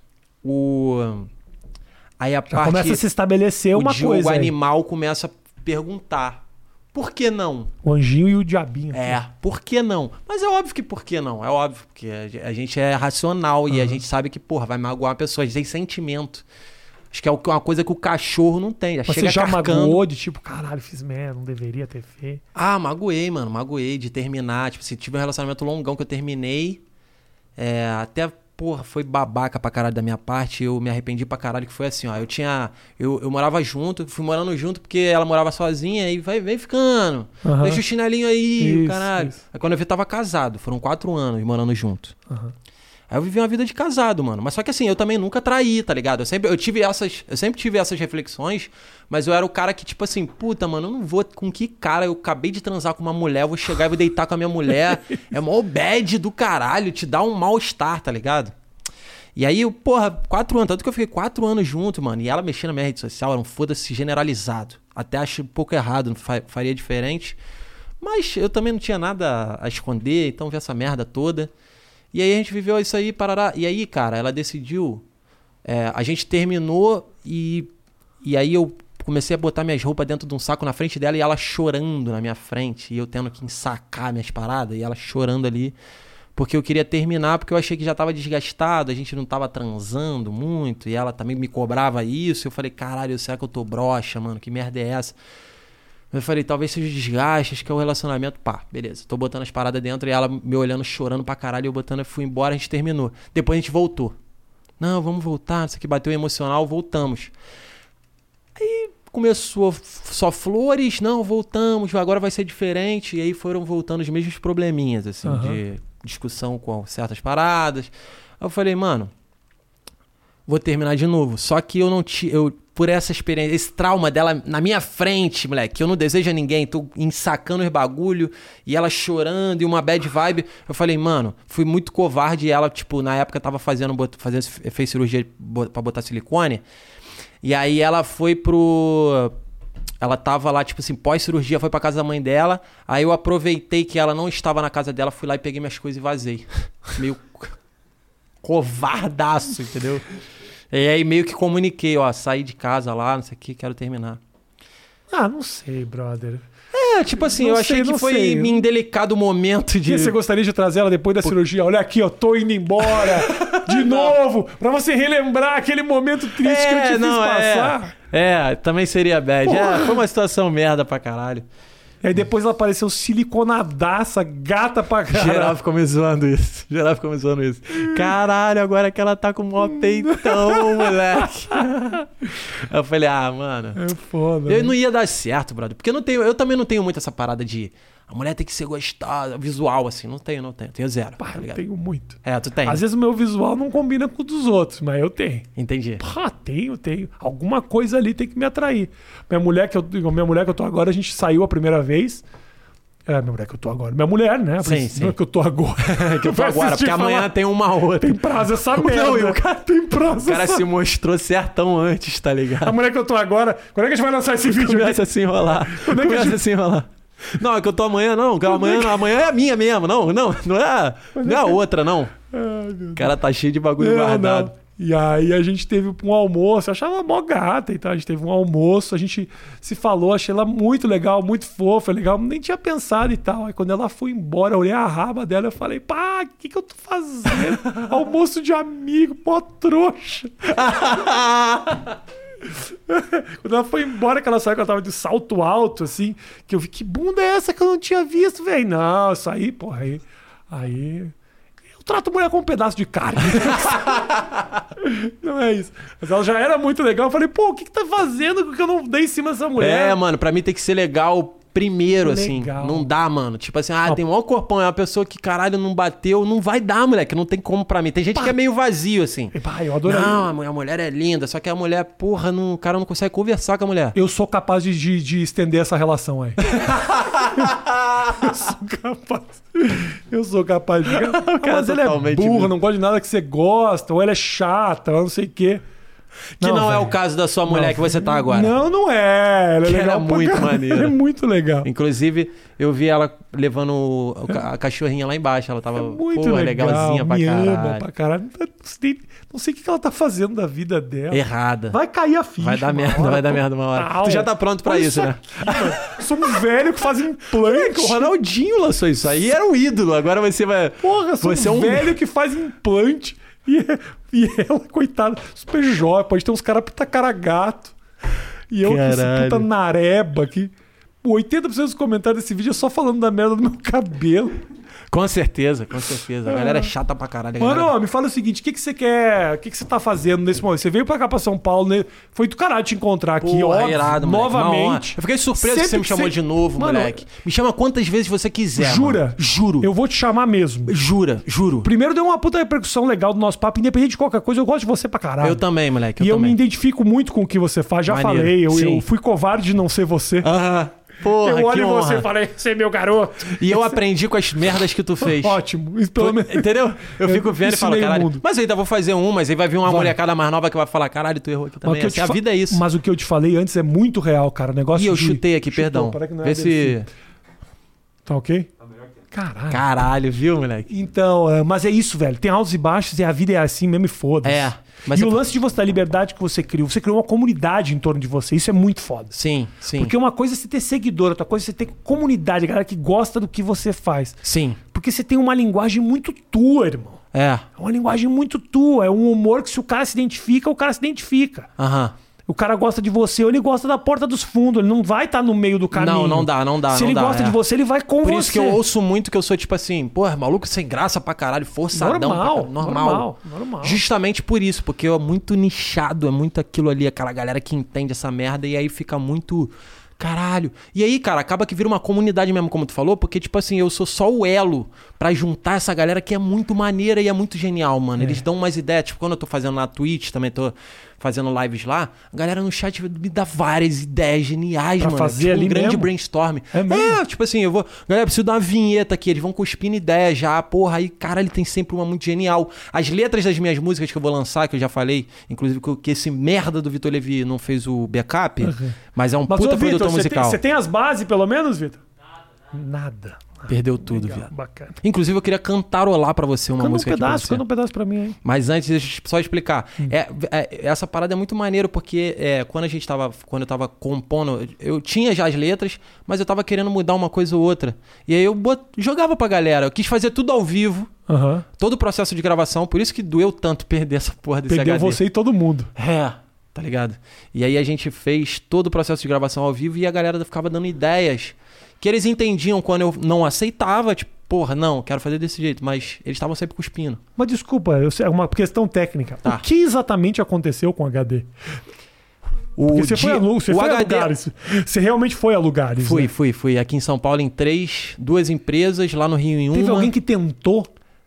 o... Aí a Já parte... começa a se estabelecer o uma Diogo coisa. aí. animal começa a perguntar. Por que não? O anjinho e o diabinho. É, por que não? Mas é óbvio que por que não? É óbvio, porque a gente é racional uhum. e a gente sabe que, porra, vai magoar uma pessoa, a gente tem sentimento. Acho que é uma coisa que o cachorro não tem. Já Mas chega você já carcando. magoou de tipo, caralho, fiz merda, não deveria ter feito. Ah, magoei, mano, magoei de terminar. Tipo, se tive um relacionamento longão que eu terminei, é, até, porra, foi babaca pra caralho da minha parte. Eu me arrependi pra caralho, que foi assim, ó. Eu tinha. Eu, eu morava junto, fui morando junto porque ela morava sozinha e vai, vem ficando. Uhum. Deixa o chinelinho aí, isso, caralho. Isso. Aí quando eu vi, eu tava casado. Foram quatro anos morando junto. Uhum. Aí eu vivi uma vida de casado, mano. Mas só que assim, eu também nunca traí, tá ligado? Eu sempre, eu tive essas, eu sempre tive essas reflexões, mas eu era o cara que, tipo assim, puta, mano, eu não vou... Com que cara? Eu acabei de transar com uma mulher, eu vou chegar e vou deitar com a minha mulher. É mó bad do caralho, te dá um mal-estar, tá ligado? E aí, eu, porra, quatro anos, tanto que eu fiquei quatro anos junto, mano. E ela mexia na minha rede social, era um foda-se generalizado. Até acho um pouco errado, não faria diferente. Mas eu também não tinha nada a esconder, então vi essa merda toda. E aí a gente viveu isso aí, parará. E aí, cara, ela decidiu... É, a gente terminou e... E aí eu comecei a botar minhas roupas dentro de um saco na frente dela e ela chorando na minha frente. E eu tendo que ensacar minhas paradas e ela chorando ali. Porque eu queria terminar, porque eu achei que já tava desgastado, a gente não tava transando muito. E ela também me cobrava isso. Eu falei, caralho, será que eu tô broxa, mano? Que merda é essa? Eu falei, talvez seja desgaste, acho que é o relacionamento. Pá, beleza. Tô botando as paradas dentro e ela me olhando, chorando pra caralho. Eu botando, eu fui embora, a gente terminou. Depois a gente voltou. Não, vamos voltar, isso aqui bateu emocional, voltamos. Aí começou só flores, não, voltamos, agora vai ser diferente. E aí foram voltando os mesmos probleminhas, assim, uhum. de discussão com certas paradas. Aí eu falei, mano, vou terminar de novo. Só que eu não tinha... Eu, por essa experiência, esse trauma dela na minha frente, moleque, que eu não desejo a ninguém, tô ensacando os bagulho e ela chorando e uma bad vibe. Eu falei, mano, fui muito covarde e ela, tipo, na época tava fazendo, fazendo fez cirurgia pra botar silicone. E aí ela foi pro... Ela tava lá, tipo assim, pós-cirurgia, foi pra casa da mãe dela. Aí eu aproveitei que ela não estava na casa dela, fui lá e peguei minhas coisas e vazei. Meio covardaço, entendeu? E aí meio que comuniquei, ó, saí de casa lá, não sei o que, quero terminar. Ah, não sei, brother. É, tipo assim, não eu sei, achei que foi sei. Em delicado momento de... E você gostaria de trazer ela depois da Por... cirurgia? Olha aqui, ó, tô indo embora de novo, pra você relembrar aquele momento triste é, que eu te não, fiz passar. É, é, também seria bad. É, foi uma situação merda pra caralho. E aí depois ela apareceu siliconadaça, gata pra caralho. Geral ficou me zoando isso. Geral ficou me zoando isso. Caralho, agora que ela tá com o maior peitão, moleque. Eu falei, ah, mano. É foda. Eu né? não ia dar certo, brother. Porque eu, não tenho, eu também não tenho muito essa parada de... A mulher tem que ser gostosa, visual, assim. Não tenho, não tenho. Tenho zero. Pá, tá eu tenho muito. É, tu tem. Às vezes o meu visual não combina com o dos outros, mas eu tenho. Entendi. Pá, tenho, tenho. Alguma coisa ali tem que me atrair. Minha mulher que eu, minha mulher que eu tô agora, a gente saiu a primeira vez. É, minha mulher que eu tô agora. Minha mulher, né? Sim, sim. Não é que eu tô agora. que eu tô agora, porque amanhã falar. Tem uma outra. Tem prazo essa merda. Não, o cara, tem prazo o cara essa... se mostrou certão antes, tá ligado? A mulher que eu tô agora... Quando é que a gente vai lançar esse vídeo? Começa a se enrolar. Quando é que Começa a, gente... a se enrolar. Não, é que eu tô amanhã, não. Amanhã, não. Amanhã é a minha mesmo. Não, não. Não é a, não é a outra, não. Ai, o cara tá cheio de bagulho não, guardado. Não. E aí a gente teve um almoço, eu achava ela mó gata e tal. A gente teve um almoço, a gente se falou, achei ela muito legal, muito fofa, legal. Nem tinha pensado e tal. Aí quando ela foi embora, eu olhei a raba dela e falei, pá, o que, que eu tô fazendo? Almoço de amigo, pô, trouxa. Quando ela foi embora, que ela saiu, que ela tava de salto alto, assim, que eu vi, que bunda é essa que eu não tinha visto, velho? Não, isso aí, porra, aí... aí... Eu trato a mulher como um pedaço de carne. Não é isso. Mas ela já era muito legal. Eu falei, pô, o que que tá fazendo que eu não dei em cima dessa mulher? É, mano, pra mim tem que ser legal... Primeiro, legal. Assim, não dá, mano. Tipo assim, ah, ah, tem um maior corpão, é uma pessoa que, caralho, não bateu, não vai dar, moleque, não tem como pra mim. Tem gente pá. Que é meio vazio, assim. Pá, eu adoro. Não, a mulher é linda, só que a mulher, porra, não, o cara não consegue conversar com a mulher. Eu sou capaz de, de, de estender essa relação aí. Eu sou capaz. Eu sou capaz de... O cara mas ela é burra, não gosta de nada que você gosta, ou ela é chata, ou não sei o quê. Que não, não é velho. o caso da sua mulher Não, que você tá agora. Não, não é. Ela é Que legal era pra muito caralho. maneira. É muito legal. Inclusive, eu vi ela levando o- o ca- a cachorrinha lá embaixo. Ela tava É muito pô, legal. legalzinha pra me caralho. ama pra caralho. Não sei, não sei o que ela tá fazendo da vida dela. Errada. Vai cair a ficha. Vai dar uma merda, hora, vai dar total. merda uma hora. Tu já tá pronto pra Olha isso, né? aqui, mano. Sou um velho que faz implante. O Ronaldinho lançou isso aí, era um ídolo. Agora você vai. Porra, sou Você é um um- velho que faz implante. E, e ela, coitada, super jovem. Pode ter uns caras puta cara gato. E eu, que esse Caralho. puta nareba aqui. Pô, oitenta por cento dos comentários desse vídeo é só falando da merda do meu cabelo. Com certeza, com certeza. A galera é chata pra caralho. a galera- Mano, ó, me fala o seguinte: o que, que você quer. O que, que você tá fazendo nesse momento? Você veio pra cá pra São Paulo, né? Foi do caralho te encontrar aqui, Porra, óbvio, irado, moleque. Uma honra. novamente. Eu fiquei surpreso que Sempre você me que chamou você- de novo, Mano, moleque. Me chama quantas vezes você quiser. Jura? mano. Juro. Eu vou te chamar mesmo. Jura, juro. Primeiro deu uma puta repercussão legal do nosso papo, independente de qualquer coisa, eu gosto de você pra caralho. Eu também, moleque. Eu e eu também. me identifico muito com o que você faz, já Maneiro. falei. Eu, Sim. eu fui covarde de não ser você. Aham. Porra, eu que olho em você honra. e falei, você é meu garoto. E eu aprendi com as merdas que tu fez. Ótimo. Isso pelo menos. Entendeu? Eu fico vendo e falo, ensinei o caralho. mundo. Mas eu ainda vou fazer um, mas aí vai vir uma Vai. molecada mais nova que vai falar, caralho, tu errou aqui Mas também. o que eu Assim, te a fa- vida é isso. Mas o que eu te falei antes é muito real, cara. O negócio E eu de- chutei aqui, Chutou, perdão. para que não é Vê desse- se. Tá ok? Caralho. Caralho, viu, moleque? Então, é, mas é isso, velho. Tem altos e baixos e a vida é assim mesmo e foda-se. É. Mas e eu- o lance de você, da liberdade que você criou, você criou uma comunidade em torno de você. Isso é muito foda. Sim, sim. Porque uma coisa é você ter seguidor, outra coisa é você ter comunidade, a galera que gosta do que você faz. Sim. Porque você tem uma linguagem muito tua, irmão. É. É uma linguagem muito tua. É um humor que se o cara se identifica, o cara se identifica. Aham. O cara gosta de você ou ele gosta da porta dos fundos. Ele não vai estar no meio do caminho. Não, não dá, não dá, Se não ele dá, gosta é. de você, ele vai com Por você. isso que eu ouço muito que eu sou tipo assim, porra, maluco sem graça pra caralho, forçadão. Normal, pra caralho. normal. normal, normal. Justamente por isso, porque é muito nichado, é muito aquilo ali, aquela galera que entende essa merda e aí fica muito. Caralho. E aí, cara, acaba que vira uma comunidade mesmo, como tu falou, porque, tipo assim, eu sou só o elo pra juntar essa galera que é muito maneira e é muito genial, mano. É. Eles dão umas ideias. Tipo, quando eu tô fazendo na Twitch, também tô fazendo lives lá, a galera no chat me dá várias ideias geniais, Pra mano. fazer tipo, ali um grande mesmo? brainstorm. É mesmo? É, tipo assim, eu vou. Galera, preciso dar uma vinheta aqui. Eles vão cuspindo ideia já. Porra, aí, cara, ele tem sempre uma muito genial. As letras das minhas músicas que eu vou lançar, que eu já falei, inclusive que- que esse merda do Vitor Levi não fez o backup, mas é um Mas, puta ô, Vitor, produtor você tem, musical. você tem as bases, pelo menos, Vitor? Nada. Nada. Perdeu tudo, Legal, viado. bacana. Inclusive, eu queria cantarolar pra você uma Canta um música aqui pra pedaço, você. canta um pedaço pra mim aí. Mas antes, deixa eu só explicar. Hum. É, é, essa parada é muito maneiro porque é, quando a gente tava. Quando eu tava compondo, eu tinha já as letras, mas eu tava querendo mudar uma coisa ou outra. E aí eu bot... jogava pra galera. Eu quis fazer tudo ao vivo, Aham. todo o processo de gravação, por isso que doeu tanto perder essa porra desse Perdeu H D. você e todo mundo. É, tá ligado? E aí a gente fez todo o processo de gravação ao vivo e a galera ficava dando ideias que eles entendiam quando eu não aceitava, tipo, porra, não, quero fazer desse jeito, mas eles estavam sempre cuspindo. Mas desculpa, eu sei- é uma questão técnica. Tá. O que exatamente aconteceu com o H D? O Porque você di- foi a, lu- você o foi a H D lugares. Você realmente foi a lugares. Fui, né? fui, fui. Aqui em São Paulo em três, duas empresas, lá no Rio em uma. Teve alguém que tentou.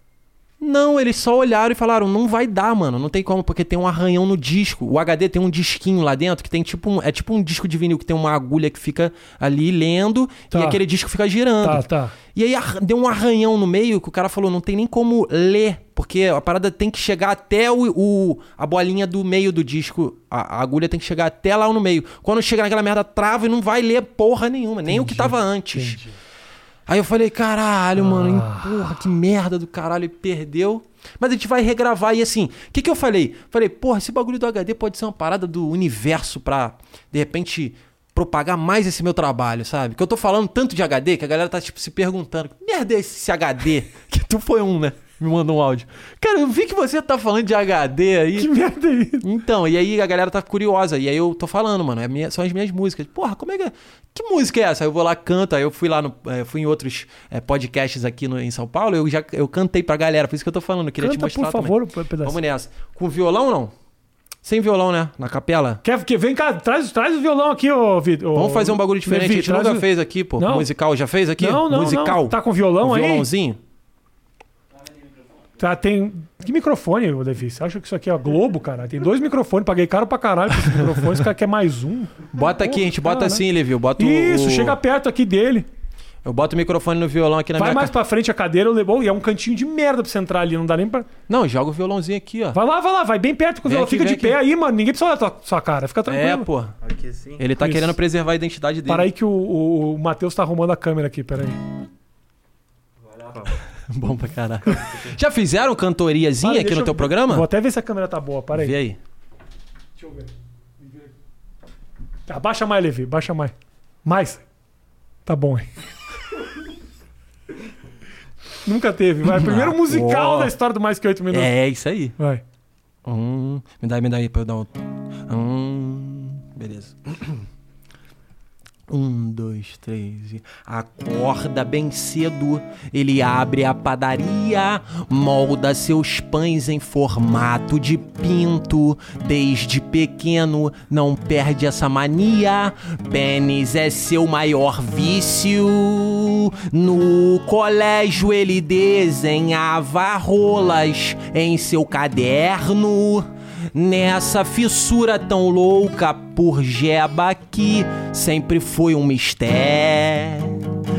Não, eles só olharam e falaram, não vai dar, mano, não tem como, porque tem um arranhão no disco. O H D tem um disquinho lá dentro que tem tipo um, é tipo um disco de vinil que tem uma agulha que fica ali lendo Tá. e aquele disco fica girando. Tá, tá. E aí ar- deu um arranhão no meio que o cara falou, não tem nem como ler, porque a parada tem que chegar até o, o- a bolinha do meio do disco, a, a agulha tem que chegar até lá no meio. Quando chega naquela merda, trava e não vai ler porra nenhuma, nem o que tava antes. Entendi. Aí eu falei, caralho, mano, Ah. porra, que merda do caralho, ele perdeu. Mas a gente vai regravar. E assim, o que que eu falei? Falei, porra, esse bagulho do H D pode ser uma parada do universo pra, de repente, propagar mais esse meu trabalho, sabe? Que eu tô falando tanto de H D que a galera tá, tipo, se perguntando, que merda é esse H D? Que tu foi um, né? Me mandou um áudio. Cara, eu vi que você tá falando de H D aí. Que merda é isso? Então, e aí a galera tá curiosa. E aí eu tô falando, mano, é minha- são as minhas músicas. Porra, como é que é? Que música é essa? Aí eu vou lá, canto. Aí eu fui lá no. eh, fui em outros eh, podcasts aqui no- em São Paulo. Eu já eu cantei pra galera. Por isso que eu tô falando. Eu queria te Canta, mostrar. por também. favor, um pedaço. Vamos nessa. Com violão não? Sem violão, né? Na capela? Quer que vem cá, traz, traz o violão aqui, ô Vitor. Vamos fazer um bagulho diferente. Levi, a gente traz nunca o- fez aqui, pô. Não. Musical. Já fez aqui? Não, não, Musical. não. Tá com violão um aí? violãozinho? Tá, tem. Que microfone, ô Levi? Você acha que isso aqui é a Globo, cara? Tem dois microfones, paguei caro pra caralho por esses microfones, o cara quer mais um. Bota aqui, a gente bota Cara, assim, Levi. Bota o- Isso, o... chega perto aqui dele. Eu boto o microfone no violão aqui na Vai minha mais ca- pra frente a cadeira, eu levo. E é um cantinho de merda pra você entrar ali, não dá nem pra. Não, joga o violãozinho aqui, ó. Vai lá, vai lá, vai bem perto com o Vem violão. aqui, Fica vem de pé aqui. aí, mano. Ninguém precisa olhar a tua, sua cara. Fica tranquilo. É, pô. Aqui assim. Ele tá Isso. querendo preservar a identidade dele. Para aí que o, o, o Matheus tá arrumando a câmera aqui, peraí. Bom pra caralho. Já fizeram cantoriazinha Para, aqui deixa no eu- teu programa? Vou até ver se a câmera tá boa, para aí. Vê aí. Deixa eu ver. Abaixa mais, Levi, baixa mais. Mais. Tá bom, hein? Nunca teve. Vai, primeiro Ah, musical pô. da história do Mais Que Oito Minutos. É, isso aí. Vai. Hum, me dá aí, me dá aí pra eu dar outro. Hum, beleza. Um, dois, três e... Acorda bem cedo, ele abre a padaria, molda seus pães em formato de pinto. Desde pequeno não perde essa mania, pênis é seu maior vício. No colégio ele desenhava rolas em seu caderno. Nessa fissura tão louca por jeba que sempre foi um mistério.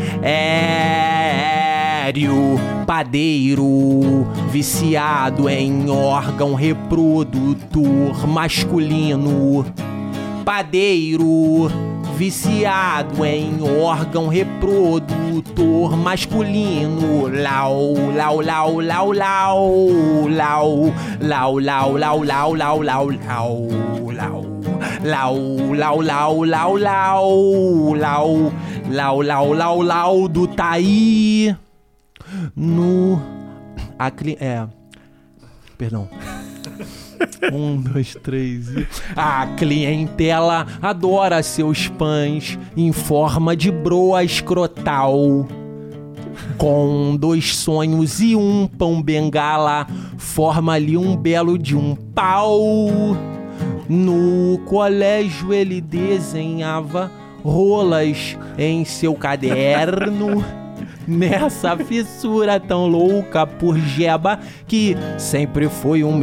Padeiro, viciado em órgão reprodutor masculino. Padeiro, viciado em órgão reprodutor masculino. Lau, lau, lau, lau, lau, lau, lau, lau, lau, lau, lau, lau, lau, lau. Lau, lau, lau, lau, lau, lau, lau, lau, lau, lau do Taí. No... A cli... É... Perdão. Um, dois, três e... A clientela adora seus pães em forma de broa escrotal. Com dois sonhos e um pão bengala, forma ali um belo de um pau. No colégio ele desenhava rolas em seu caderno. Nessa fissura tão louca por jeba que sempre foi um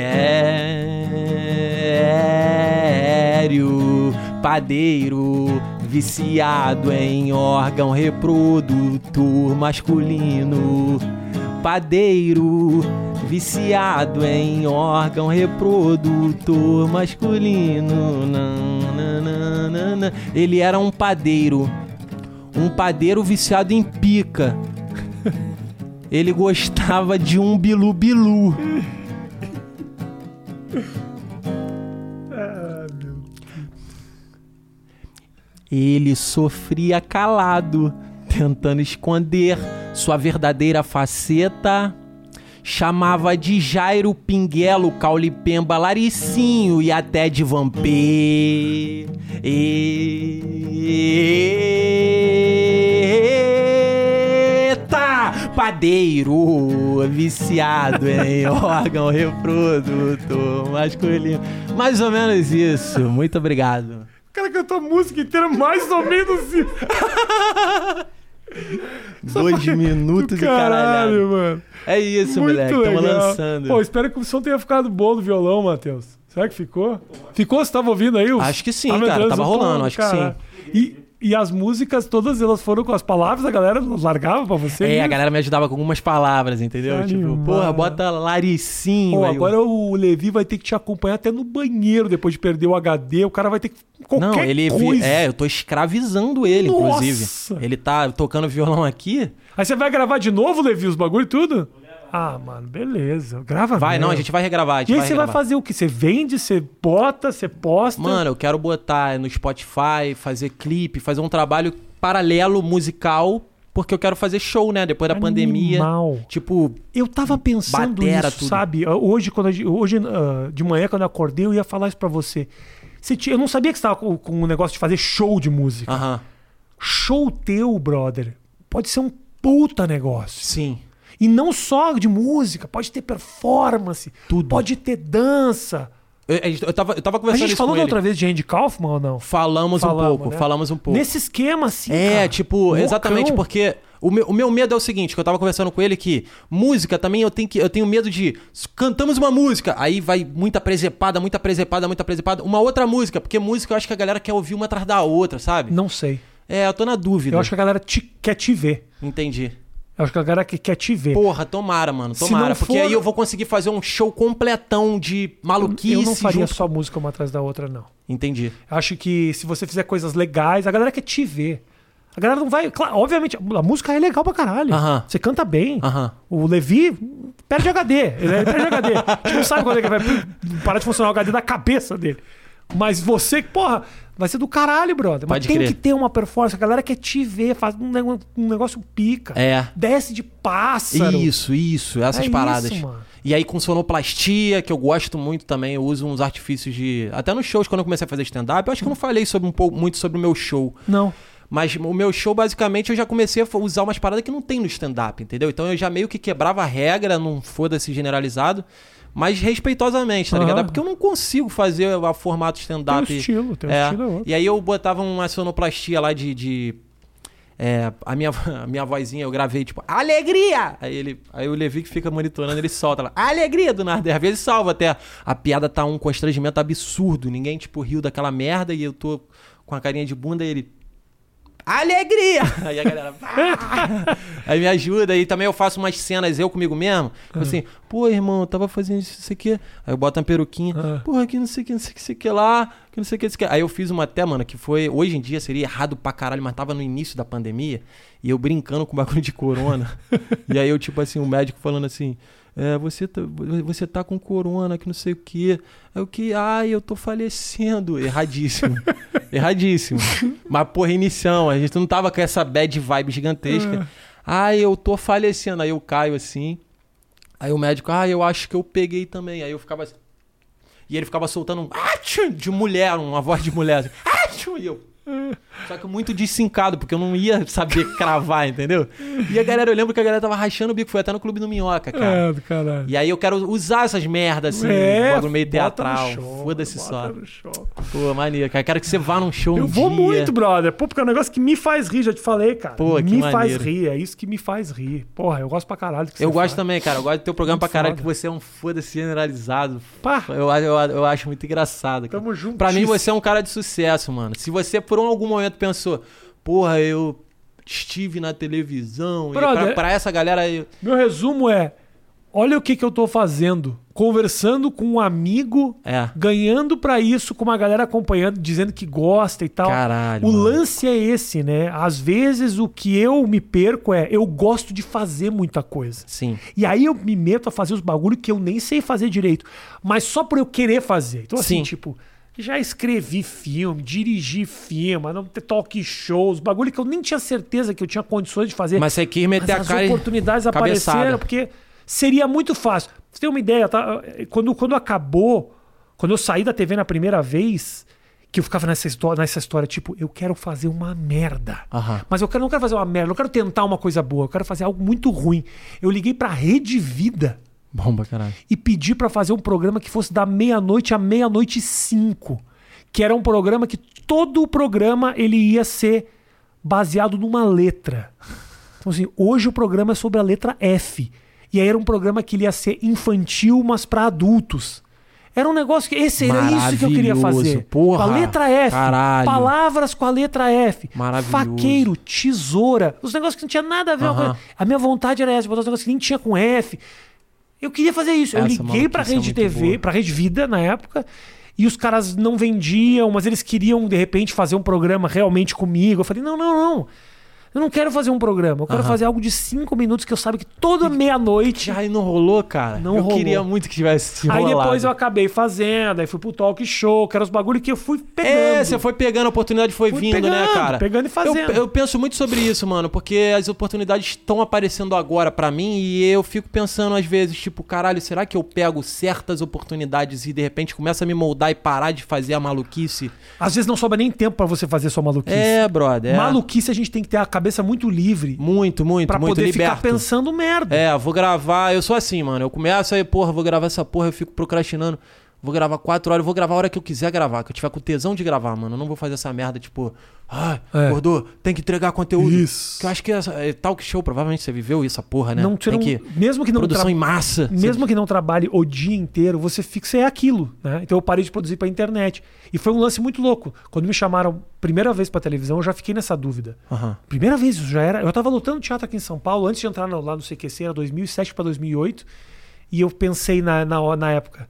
mistério. Padeiro, viciado em órgão reprodutor masculino. Padeiro, viciado em órgão reprodutor masculino. Nananana. Ele era um padeiro. Um padeiro viciado em pica. Ele gostava de um bilu-bilu. Ele sofria calado, tentando esconder sua verdadeira faceta. Chamava de Jairo, Pinguelo, Caulipemba, Laricinho e até de Vampê. Eita! Padeiro, viciado em órgão reprodutor masculino. Mais ou menos isso. Muito obrigado. O cara cantou a música inteira mais ou menos isso. Dois minutos e Caralho, caralho. mano. É isso, Muito moleque. Tamo legal. lançando. Pô, espero que o som tenha ficado bom do violão, Matheus. Será que ficou? Ficou? Você tava ouvindo aí? Os... Acho que sim, Tava cara. entrando Tava som, rolando, acho que cara. E, e as músicas, todas elas foram com as palavras, a galera largava pra você? É, a mesmo? galera me ajudava com algumas palavras, entendeu? Que Tipo, animal. porra, bota Laricinho. Pô, aí eu- agora o Levi vai ter que te acompanhar até no banheiro depois de perder o H D. O cara vai ter que... Qualquer Não, ele... vi- coisa. É, eu tô escravizando ele, Nossa. inclusive. Ele tá tocando violão aqui. Aí você vai gravar de novo, Levi, os bagulho e tudo? Ah, mano, beleza. Grava Vai, mesmo. não, a gente vai regravar. A gente E aí vai você vai regravar. fazer o quê? Você vende, você bota, você posta? Mano, eu quero botar no Spotify, fazer clipe, fazer um trabalho paralelo musical, porque eu quero fazer show, né? Depois da pandemia. Animal. Tipo, Eu tava pensando Batera, isso, tudo. sabe? Hoje, quando a gente- hoje ah, de manhã, quando eu acordei, eu ia falar isso pra você. Você tinha- eu não sabia que você tava com, com um negócio de fazer show de música. aham, Show teu, brother, pode ser um puta negócio. sim. E não só de música, pode ter performance, Tudo. pode ter dança. Eu, eu, tava, eu tava A conversando gente isso falou com da ele. outra vez de Andy Kaufman ou não? Falamos, um Falamos, pouco, né? falamos um pouco. Nesse esquema, assim, É, cara. tipo, Loucão. exatamente porque o meu, o meu medo é o seguinte, que eu tava conversando com ele, que música também eu tenho, que, eu tenho medo de... Cantamos uma música, aí vai muita presepada, muita presepada, muita presepada. Uma outra música, porque música eu acho que a galera quer ouvir uma atrás da outra, sabe? Não sei. É, eu tô na dúvida. Eu acho que a galera te, quer te ver. Entendi. Eu acho que a galera que quer te ver. Porra, tomara, mano, tomara. For... Porque aí eu vou conseguir fazer um show completão de maluquice. Eu, eu não faria junto... só música uma atrás da outra, não. Entendi. Eu acho que se você fizer coisas legais, a galera quer te ver. A galera não vai... Claro, obviamente, a música é legal pra caralho. Uh-huh. Você canta bem. Uh-huh. O Levi perde H D. Ele perde H D. A gente não sabe quando é que vai parar de funcionar o H D da cabeça dele. Mas você, porra, vai ser do caralho, brother. Mas Pode tem crer. que ter uma performance. A galera quer te ver, faz um negócio, um negócio pica. É. Desce de pássaro. Isso, isso. Essas É paradas. isso, mano. E aí com sonoplastia, que eu gosto muito também. Eu uso uns artifícios de... Até nos shows, quando eu comecei a fazer stand-up, eu acho que eu não falei sobre um pouco, muito sobre o meu show. Não. Mas o meu show, basicamente, eu já comecei a usar umas paradas que não tem no stand-up, entendeu? Então eu já meio que quebrava a regra, não foda-se generalizado, mas respeitosamente, tá Uhum. ligado? Porque eu não consigo fazer o formato stand-up. Tem um estilo, tem um é. estilo é outro. E aí eu botava uma sonoplastia lá de... de é, a, minha, a minha vozinha, eu gravei tipo, alegria! Aí, ele, aí o Levi que fica monitorando, ele solta lá, alegria do nada. Às vezes salva até. A piada tá um constrangimento absurdo. Ninguém, tipo, riu daquela merda e eu tô com a carinha de bunda e ele... Alegria! Aí a galera... Aí me ajuda. E também eu faço umas cenas eu comigo mesmo. Tipo assim, pô, irmão, eu tava fazendo isso, isso aqui. Aí eu boto uma peruquinha. Ah. Porra, aqui não sei o que, não sei o que, não sei o que lá. Que não sei o que, não sei o que. Aí eu fiz uma até, mano, que foi... Hoje em dia seria errado pra caralho, mas tava no início da pandemia. E eu brincando com o bagulho de corona. E aí eu, tipo assim, o médico falando assim... É, você tá, você tá com corona, que não sei o quê. É o que? Ai, eu tô falecendo. Erradíssimo. Erradíssimo. Mas, porra, inicião. A gente não tava com essa bad vibe gigantesca. É. Ai, eu tô falecendo. Aí eu caio assim. Aí o médico, ai, eu acho que eu peguei também. Aí eu ficava assim. E ele ficava soltando um atchum de mulher, uma voz de mulher. Assim, atchum, e eu... Só que muito desincado, porque eu não ia saber cravar, entendeu? E a galera, eu lembro que a galera tava rachando o bico, foi até no Clube do Minhoca, cara. É, do caralho. E aí eu quero usar essas merdas, assim, É, um bagulho meio bota teatral. no show, Foda-se bota só. no show. Pô, maneiro, cara. Quero que você vá num show Eu um vou dia. muito, brother. Pô, porque é um negócio que me faz rir, já te falei, cara. Pô, que me faz maneiro. rir, é isso que me faz rir. Porra, eu gosto pra caralho do que Eu você gosto faz. também, cara. Eu gosto do teu programa Muito pra caralho, foda. que você é um foda-se generalizado. Pá, Eu, eu, eu acho muito engraçado, cara. tamo junto. Pra mim, você é um cara de sucesso, mano. Se você, por algum momento, pensou... Porra, eu estive na televisão. E Brother, pra, pra essa galera... Eu... Meu resumo é: olha o que, que eu tô fazendo. Conversando com um amigo, É. ganhando pra isso, com uma galera acompanhando, dizendo que gosta e tal. Caralho, O mano. lance é esse, né? Às vezes o que eu me perco é eu gosto de fazer muita coisa. Sim. E aí eu me meto a fazer os bagulho que eu nem sei fazer direito, mas só por eu querer fazer. Então assim, Sim. tipo, já escrevi filme, dirigi filme, não ter talk shows, bagulho que eu nem tinha certeza que eu tinha condições de fazer. Mas você quis meter Mas a as cara e... oportunidades cabeçada. apareceram, porque seria muito fácil. Você tem uma ideia, tá? Quando, quando acabou, quando eu saí da T V na primeira vez, que eu ficava nessa história, nessa história, tipo, eu quero fazer uma merda. Aham. Mas eu quero, não quero fazer uma merda, eu não quero tentar uma coisa boa, eu quero fazer algo muito ruim. Eu liguei pra Rede Vida Bomba, caralho. e pedi pra fazer um programa que fosse da meia-noite à meia-noite e cinco. Que era um programa que todo o programa ele ia ser baseado numa letra. Então assim, hoje o programa é sobre a letra F. E aí era um programa que ele ia ser infantil, mas pra adultos. Era um negócio que... Esse era isso que eu queria fazer. Porra, com a letra F. caralho. Palavras com a letra F. Maravilhoso. Faqueiro, tesoura. Os negócios que não tinha nada a ver. Aham. Com... A minha vontade era essa, botar os negócios que nem tinha com F. Eu queria fazer isso. Eu Essa liguei pra maluquice é Rede muito T V, boa. pra Rede Vida na época... E os caras não vendiam, mas eles queriam, de repente, fazer um programa realmente comigo. Eu falei, não, não, não. Eu não quero fazer um programa. Eu quero Aham. fazer algo de cinco minutos que eu saiba que toda meia-noite... Aí não rolou, cara? Não eu rolou. queria muito que tivesse se Aí rolado. depois eu acabei fazendo, aí fui pro talk show, que eram os bagulho que eu fui pegando. É, você foi pegando, a oportunidade foi Fui vindo, né, pegando, cara? pegando e fazendo. Eu, eu penso muito sobre isso, mano, porque as oportunidades estão aparecendo agora pra mim e eu fico pensando às vezes, tipo, caralho, será que eu pego certas oportunidades e de repente começa a me moldar e parar de fazer a maluquice? Às vezes não sobra nem tempo pra você fazer sua maluquice. É, brother. É. Maluquice a gente tem que ter a cabeça muito livre Muito, muito, pra muito poder liberto. ficar pensando merda. É, vou gravar. Eu sou assim, mano. Eu começo aí, porra, vou gravar essa porra, eu fico procrastinando. Vou gravar quatro horas, eu vou gravar a hora que eu quiser gravar, que eu tiver com tesão de gravar, mano. Eu não vou fazer essa merda, tipo, ah, É. Gordô, tem que entregar conteúdo. Isso. Que eu acho que essa, é, talk show, provavelmente você viveu isso, essa porra, né? Não, você tem não- que. mesmo que não Produção tra- em massa. Mesmo que não trabalhe o dia inteiro, você fica, você é aquilo, né? Então eu parei de produzir pra internet. E foi um lance muito louco. Quando me chamaram primeira vez pra televisão, eu já fiquei nessa dúvida. Aham. Primeira vez, eu já era. Eu tava lutando teatro aqui em São Paulo, antes de entrar no- lá no C Q C, era dois mil e sete pra dois mil e oito. E eu pensei na, na, na época,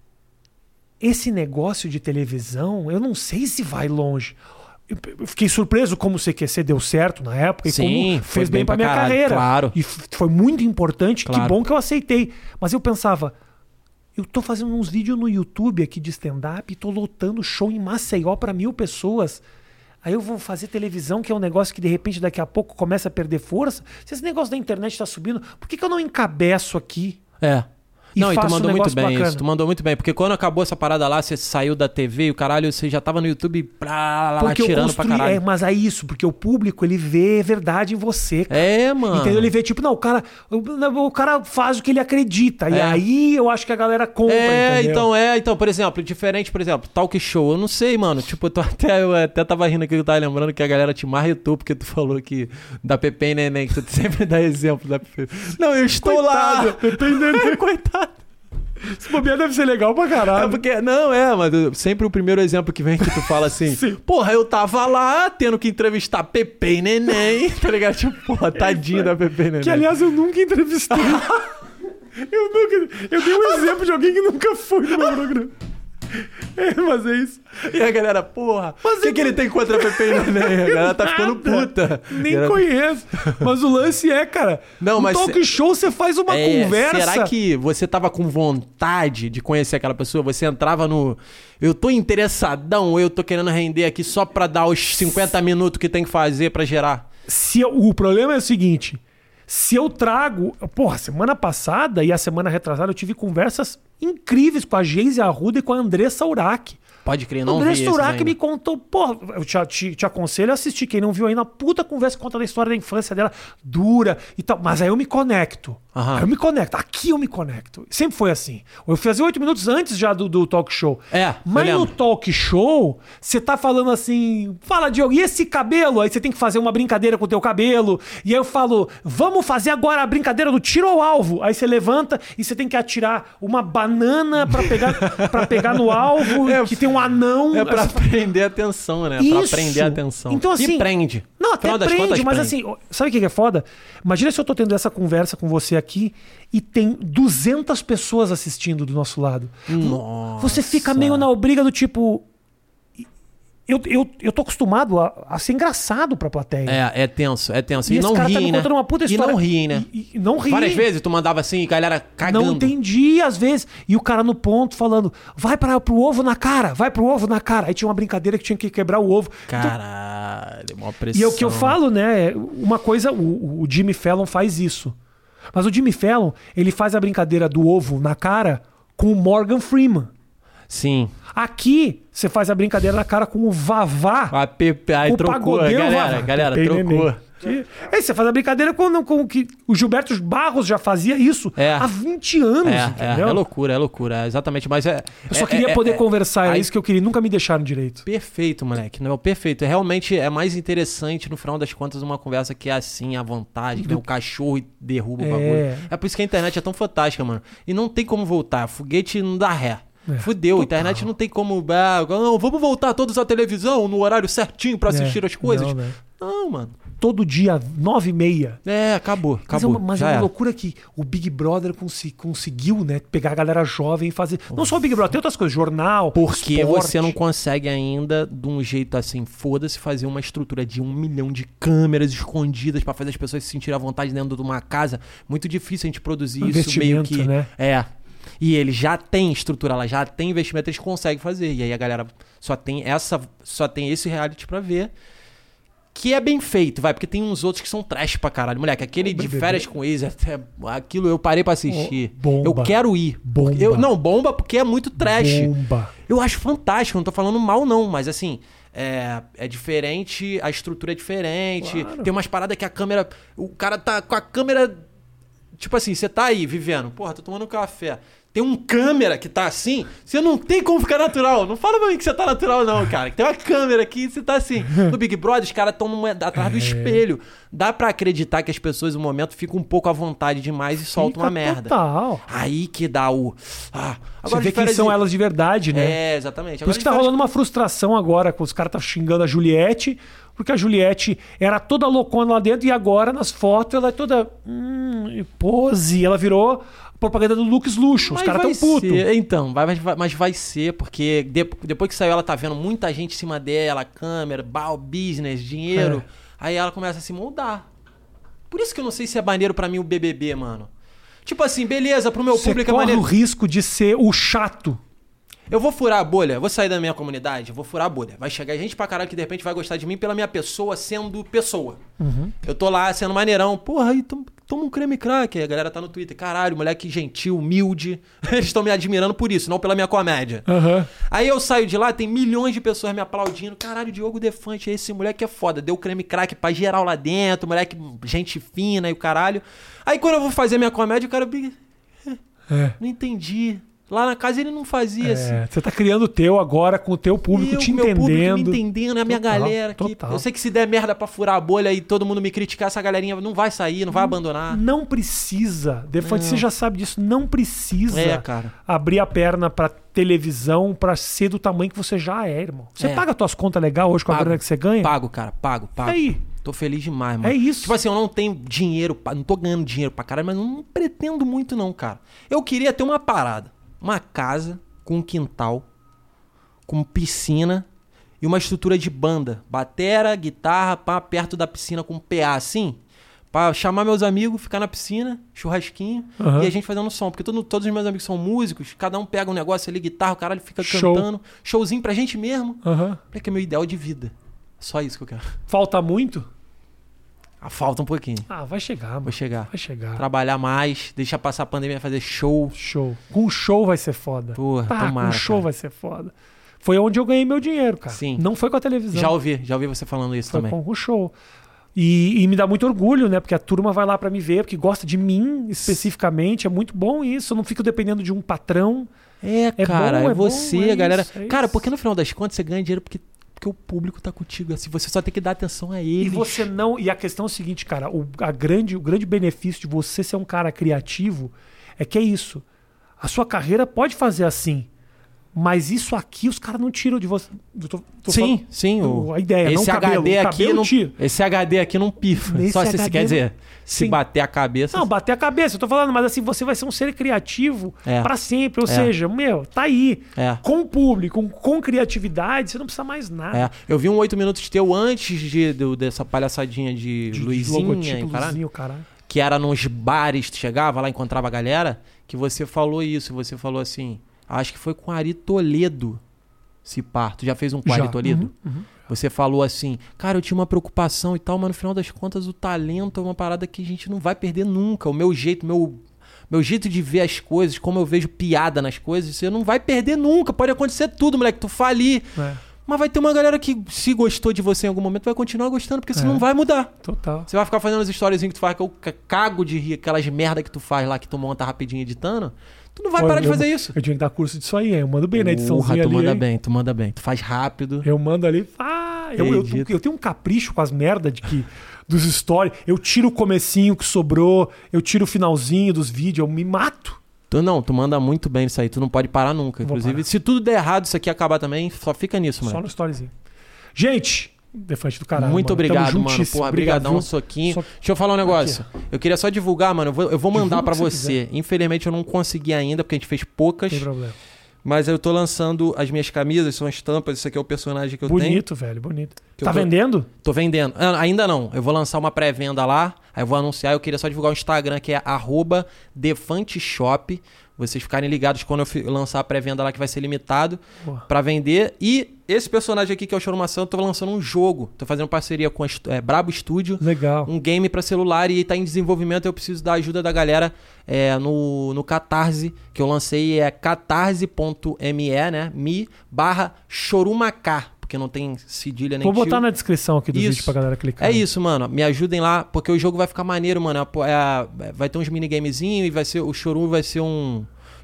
esse negócio de televisão, eu não sei se vai longe. Eu eu fiquei surpreso como o C Q C deu certo na época Sim, e como foi fez bem, bem pra pra minha caralho, carreira. claro. E f- foi muito importante, Claro. que bom que eu aceitei. Mas eu pensava, eu tô fazendo uns vídeos no YouTube aqui de stand-up e tô lotando show em Maceió pra mil pessoas. Aí eu vou fazer televisão, que é um negócio que de repente daqui a pouco começa a perder força. Se esse negócio da internet tá subindo, por que, que eu não encabeço aqui? É. E Não, e tu faço um mandou muito negócio bem bacana. isso. Tu mandou muito bem. Porque quando acabou essa parada lá, você saiu da T V e o caralho, você já tava no YouTube pra lá, lá Porque eu tirando pra construí, caralho. é, mas é isso, porque o público ele vê verdade em você. cara. É, mano. Entendeu? Ele vê tipo, não, o cara, o, o cara faz o que ele acredita. E É. aí eu acho que a galera compra, É, entendeu? então, é, então, por exemplo, diferente, por exemplo, talk show, eu não sei, mano, tipo, eu, tô até, eu até tava rindo aqui, eu tava lembrando que a galera te marretou, porque tu falou que da Pepe e Neném, que tu sempre dá exemplo da Pepe. Não, eu estou Coitado, lá. Eu tô entendendo. Coitado. Esse bobear deve ser legal pra É caralho. porque, não, é, mas eu- sempre o primeiro exemplo que vem que tu fala assim, Sim. porra, eu tava lá tendo que entrevistar Pepe e Neném, tá ligado? Tipo, porra, tadinho da Pepe e Neném. Que aliás eu nunca entrevistei. eu nunca. Eu dei um exemplo de alguém que nunca foi no meu programa. É, mas é isso. E a galera, porra, Mas o que, eu- que ele tem contra Pepe e Neném? A galera tá ficando Nada. puta. Nem Galera- conheço. Mas o lance é, cara. Não, no mas talk cê- show você faz uma É, conversa. será que você tava com vontade de conhecer aquela pessoa? Você entrava no. Eu tô interessadão, eu tô querendo render aqui só pra dar os cinquenta minutos que tem que fazer pra gerar. Se eu- o problema é o seguinte: se eu trago. Porra, semana passada e a semana retrasada eu tive conversas incríveis com a Geise Arruda e com a Andressa Urach. Pode crer, O não vi Andressa esses Urach ainda. me contou, pô, eu te, te, te aconselho a assistir. Quem não viu ainda, puta conversa, conta da história da infância dela, dura e tal. Mas aí eu me conecto. Aham. Aí eu me conecto. Aqui eu me conecto. Sempre foi assim. Eu fazia oito minutos antes já do, do talk show. É, eu Mas no lembro. talk show, você tá falando assim, fala, Diogo, e esse cabelo? Aí você tem que fazer uma brincadeira com o teu cabelo. E aí eu falo, vamos fazer agora a brincadeira do tiro ao alvo. Aí você levanta e você tem que atirar uma banana pra pegar, pra pegar no alvo, É, que tem um anão. É pra Aí você- prender a atenção, né? Pra Isso. prender a atenção. Então, assim, E prende. Não, até Afinal das prende, contas, mas prende. assim, ó, sabe o que que é foda? Imagina se eu tô tendo essa conversa com você aqui e tem duzentas pessoas assistindo do nosso lado. Nossa. Você fica meio na obriga do tipo... Eu, eu, eu tô acostumado a, a ser engraçado pra plateia. É, é tenso, é tenso. E, esse não cara tá me ri, né? contando uma puta E história. não ri, né? E, e não ri. Várias vezes tu mandava assim, e galera cagando. Não entendi, às vezes. E o cara no ponto falando, vai para pro ovo na cara, vai pro ovo na cara. Aí tinha uma brincadeira que tinha que quebrar o ovo. Então, Caralho, mó pressão. e é o que eu falo, né? Uma coisa, o, o Jimmy Fallon faz isso. Mas o Jimmy Fallon, ele faz a brincadeira do ovo na cara com o Morgan Freeman. Sim. Aqui, você faz a brincadeira na cara com o Vavá. A Pepe, aí o trocou. pagodeiro Galera, Vavá. galera, Pepe trocou. Neném. Aí você faz a brincadeira com, com o que o Gilberto Barros já fazia isso É. há vinte anos, É, é, entendeu? é loucura, é loucura, é exatamente. Mas é. Eu só é- queria é- poder é- conversar, era aí- isso que eu queria, nunca me deixaram direito. Perfeito, moleque. Não, perfeito. É, realmente é mais interessante, no final das contas, uma conversa que é assim, à vontade, que vem o cachorro e derruba o É. bagulho. É por isso que a internet é tão fantástica, mano. E não tem como voltar. Foguete não dá ré. É, Fudeu, a total. internet não tem como. Ah, não, vamos voltar todos à televisão no horário certinho pra assistir É, as coisas. não, né? Não, mano. Todo dia, nove e meia. É, acabou. Mas, é acabou. uma, mas é Já uma era. loucura que o Big Brother consi- conseguiu, né? Pegar a galera jovem e fazer. Não só o Big Brother, tem outras coisas, jornal. Porque esporte. você não consegue ainda, de um jeito assim, foda-se, fazer uma estrutura de um milhão de câmeras escondidas pra fazer as pessoas se sentirem à vontade dentro de uma casa. Muito difícil a gente produzir isso meio Investimento, que. né? É. E ele já tem estrutura, ela já tem investimento, eles conseguem fazer. E aí a galera só tem essa, só tem esse reality pra ver. Que é bem feito, vai, porque tem uns outros que são trash pra caralho. Moleque, aquele O de B B B. férias com ex, até aquilo eu parei pra assistir. Oh, bomba. Eu quero ir. Bomba. Eu, não, bomba porque é muito trash. Bomba. Eu acho fantástico, não tô falando mal não, mas assim, é, é diferente, a estrutura é diferente, Claro. tem umas paradas que a câmera, o cara tá com a câmera, tipo assim, você tá aí vivendo, porra, tô tomando café, tem um câmera que tá assim, você não tem como ficar natural. Não fala pra mim que você tá natural, não, cara. Tem uma câmera aqui e você tá assim. No Big Brother, os caras estão atrás do espelho. Dá pra acreditar que as pessoas, no momento, ficam um pouco à vontade demais e soltam uma merda. Total. Aí que dá o... Ah, agora você vê quem são de... elas de verdade, né? É, exatamente. Por isso que tá rolando uma frustração agora, com os caras tá xingando a Juliette, porque a Juliette era toda loucona lá dentro e agora, nas fotos, ela é toda... Hum, pose. Ela virou... propaganda do Lux Luxo, os caras tão putos. Então, vai, mas, vai, mas vai ser, porque de, depois que saiu, ela tá vendo muita gente em cima dela, câmera, bal, business, dinheiro. É. Aí ela começa a se moldar. Por isso que eu não sei se é maneiro pra mim o B B B, mano. Tipo assim, beleza, pro meu Você público é corre maneiro. O risco de ser o chato. Eu vou furar a bolha, vou sair da minha comunidade, vou furar a bolha. Vai chegar gente pra caralho que de repente vai gostar de mim pela minha pessoa sendo pessoa. Uhum. Eu tô lá sendo maneirão. Porra, aí toma, toma um creme crack. Aí a galera tá no Twitter. Caralho, moleque gentil, humilde. Eles estão me admirando por isso, não pela minha comédia. Uhum. Aí eu saio de lá, tem milhões de pessoas me aplaudindo. Caralho, Diogo Defante, esse moleque é foda. Deu creme crack pra geral lá dentro, moleque gente fina e o caralho. Aí quando eu vou fazer minha comédia, o cara... É. Não entendi. Lá na casa ele não fazia é, assim. Você tá criando o teu agora, com o teu público eu, te meu entendendo. Público me entendendo, é a minha total, galera. Que, total. Eu sei que se der merda pra furar a bolha e todo mundo me criticar, essa galerinha não vai sair, não vai não, abandonar. Não precisa. Defante, você já sabe disso. Não precisa é, cara. abrir a perna pra televisão pra ser do tamanho que você já é, irmão. Você é. paga tuas contas legal hoje com pago, a grana que você ganha? Pago, cara. Pago, pago. Aí. Tô feliz demais, mano. É isso. Tipo assim, eu não tenho dinheiro, não tô ganhando dinheiro pra caralho, mas não pretendo muito não, cara. Eu queria ter uma parada. Uma casa com um quintal, com piscina e uma estrutura de banda. Batera, guitarra, pá, perto da piscina com P A assim. Pra chamar meus amigos, ficar na piscina, churrasquinho, uhum. e a gente fazendo som. Porque todo, todos os meus amigos são músicos, cada um pega um negócio ali, guitarra, o caralho fica Show. cantando. Showzinho pra gente mesmo. Uhum. Que é meu ideal de vida. Só isso que eu quero. Falta muito? Ah, falta um pouquinho. Ah, vai chegar, mano. Vai chegar. Vai chegar. Trabalhar mais, deixar passar a pandemia, fazer show. Show. Com show vai ser foda. Porra, Pá, tomara, com show cara. vai ser foda. Foi onde eu ganhei meu dinheiro, cara. Sim. Não foi com a televisão. Já ouvi, já ouvi você falando isso foi também. Com o show. E, e me dá muito orgulho, né? Porque a turma vai lá pra me ver, porque gosta de mim especificamente. É muito bom isso. Eu não fico dependendo de um patrão. É, é cara, bom, é, é você, bom, é a galera. Isso, é cara, isso. porque no final das contas você ganha dinheiro porque Porque o público tá contigo, assim, você só tem que dar atenção a ele. E você não. E a questão é o seguinte, cara, o, a grande, o grande benefício de você ser um cara criativo é que é isso. A sua carreira pode fazer assim. Mas isso aqui os caras não tiram de você. Eu tô, tô sim, falando, sim. O, a ideia, esse não o cabelo. H D o aqui cabelo não, tira. esse H D aqui não pifa. Nesse Só se H D você quer dizer, se sim. bater a cabeça. Não, bater a cabeça, eu tô falando, mas assim, você vai ser um ser criativo é. pra sempre. Ou é. seja, meu, tá aí. É. Com o público, com, com criatividade, você não precisa mais nada. É. Eu vi um oito minutos teu antes de, de, dessa palhaçadinha de, de Luizinha, logotipo, caralho, Luizinho, caralho. Que era nos bares, tu chegava lá, encontrava a galera, que você falou isso, você falou assim, acho que foi com Ari Toledo. Se pá, tu já fez um com Ari Toledo? Uhum, uhum. Você falou assim, cara, eu tinha uma preocupação e tal, mas no final das contas o talento é uma parada que a gente não vai perder nunca. O meu jeito, meu, meu jeito de ver as coisas, como eu vejo piada nas coisas, você não vai perder nunca. Pode acontecer tudo, moleque, tu falir. É. Mas vai ter uma galera que, se gostou de você em algum momento, vai continuar gostando, porque você é. não vai mudar. Total. Você vai ficar fazendo as histórias que tu faz, que eu cago de rir, aquelas merda que tu faz lá, que tu monta rapidinho editando. Tu não vai Olha, parar de eu, fazer isso. Eu tinha que dar curso disso aí, eu mando bem na ediçãozinha Urra, tu ali. manda hein? bem, tu manda bem. Tu faz rápido. Eu mando ali. Ah, eu, eu, eu, eu tenho um capricho com as merdas de que, dos stories. Eu tiro o comecinho que sobrou, eu tiro o finalzinho dos vídeos, eu me mato. Tu não, tu manda muito bem isso aí. Tu não pode parar nunca. Vou Inclusive, parar. Se tudo der errado, isso aqui acabar também, só fica nisso, mano. Só no storyzinho. Gente, Defante do caralho. Muito mano. obrigado, mano. Porra, brigadão, um viu? soquinho. Só... Deixa eu falar um negócio. Aqui. Eu queria só divulgar, mano. Eu vou, eu vou mandar pra você. Quiser. Infelizmente eu não consegui ainda, porque a gente fez poucas. Não tem problema. Mas eu tô lançando as minhas camisas, são estampas. Esse aqui é o personagem que eu bonito, tenho. Bonito, velho, bonito. Que tá tô... vendendo? Tô vendendo. Ah, ainda não. Eu vou lançar uma pré-venda lá. Aí eu vou anunciar. Eu queria só divulgar o Instagram, que é arroba defanteshop. Vocês ficarem ligados quando eu lançar a pré-venda lá, que vai ser limitado pra vender. E esse personagem aqui, que é o Chorumação, eu tô lançando um jogo. Tô fazendo parceria com a é, Brabo Studio. Legal. Um game pra celular e tá em desenvolvimento. Eu preciso da ajuda da galera é, no, no Catarse, que eu lancei. É catarse.me, né? Me barra Chorumacá. Porque não tem cedilha nem Vou botar tio. na descrição aqui do isso. vídeo pra galera clicar. É isso, mano. Me ajudem lá, porque o jogo vai ficar maneiro, mano. É, é, vai ter uns minigamezinhos e vai ser, o Chorum vai ser um...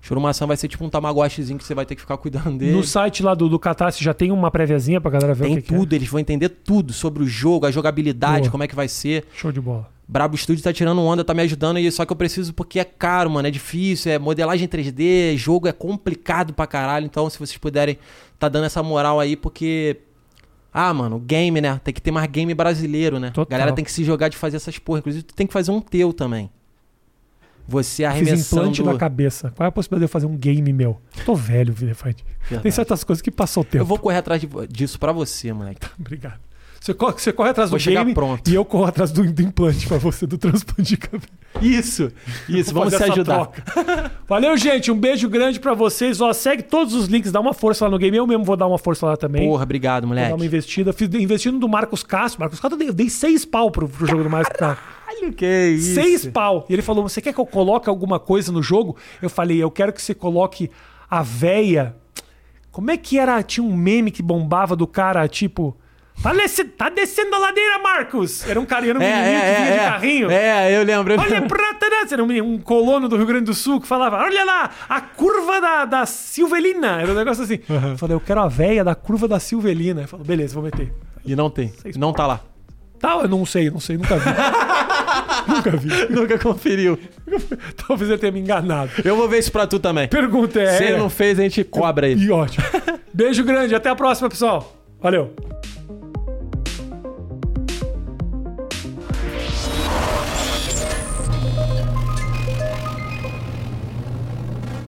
Churumaçã vai ser tipo um tamagotchizinho que você vai ter que ficar cuidando dele. No site lá do, do Catarse já tem uma préviazinha pra galera ver tem o que tudo, que é. eles vão entender tudo sobre o jogo, a jogabilidade, Boa. como é que vai ser. Show de bola. Brabo Studio tá tirando onda, tá me ajudando, e só que eu preciso porque é caro, mano, é difícil, é modelagem três D, jogo é complicado pra caralho, então se vocês puderem tá dando essa moral aí, porque... Ah, mano, game, né? Tem que ter mais game brasileiro, né? Total. Galera tem que se jogar de fazer essas porra. Inclusive, tu tem que fazer um teu também. Você Fiz arremessando... implante na cabeça. Qual é a possibilidade de eu fazer um game meu? Tô velho, Vilefante. Tem certas coisas que passou o tempo. Eu vou correr atrás de- disso pra você, moleque. Obrigado. Você corre, você corre atrás Vou do chegar game pronto. e eu corro atrás do, do implante pra você, do transplante de cabelo. Isso, isso, vamos se fazer essa ajudar. troca. Valeu, gente. Um beijo grande pra vocês. Ó, segue todos os links, dá uma força lá no game. Eu mesmo vou dar uma força lá também. Porra, obrigado, Vou dar uma moleque. investida. Fiz investindo do Marcos Castro. Marcos Castro, eu dei, eu dei seis pau pro, pro jogo do Marcos Castro. Caralho, que isso. Seis pau. E ele falou: você quer que eu coloque alguma coisa no jogo? Eu falei: eu quero que você coloque a véia. Como é que era? Tinha um meme que bombava do cara, tipo. Tá, desce, tá descendo a ladeira, Marcos! Era um carinha, era um É, menininho é, que vinha é, de é. carrinho. É, eu lembro. Eu Olha lembro. pra trás! Era um, menino- um colono do Rio Grande do Sul que falava: olha lá, a curva da, da Silvelina. Era um negócio assim. Eu falei: eu quero a véia da curva da Silvelina. Ele falou: beleza, vou meter. E não tem, não tá lá. Tá, eu não sei, não sei, nunca vi. Nunca vi. Nunca conferiu. Talvez eu tenha me enganado. Eu vou ver isso pra tu também. Pergunta é. Se ele não fez, a gente cobra ele. E ótimo. Beijo grande, até a próxima, pessoal. Valeu.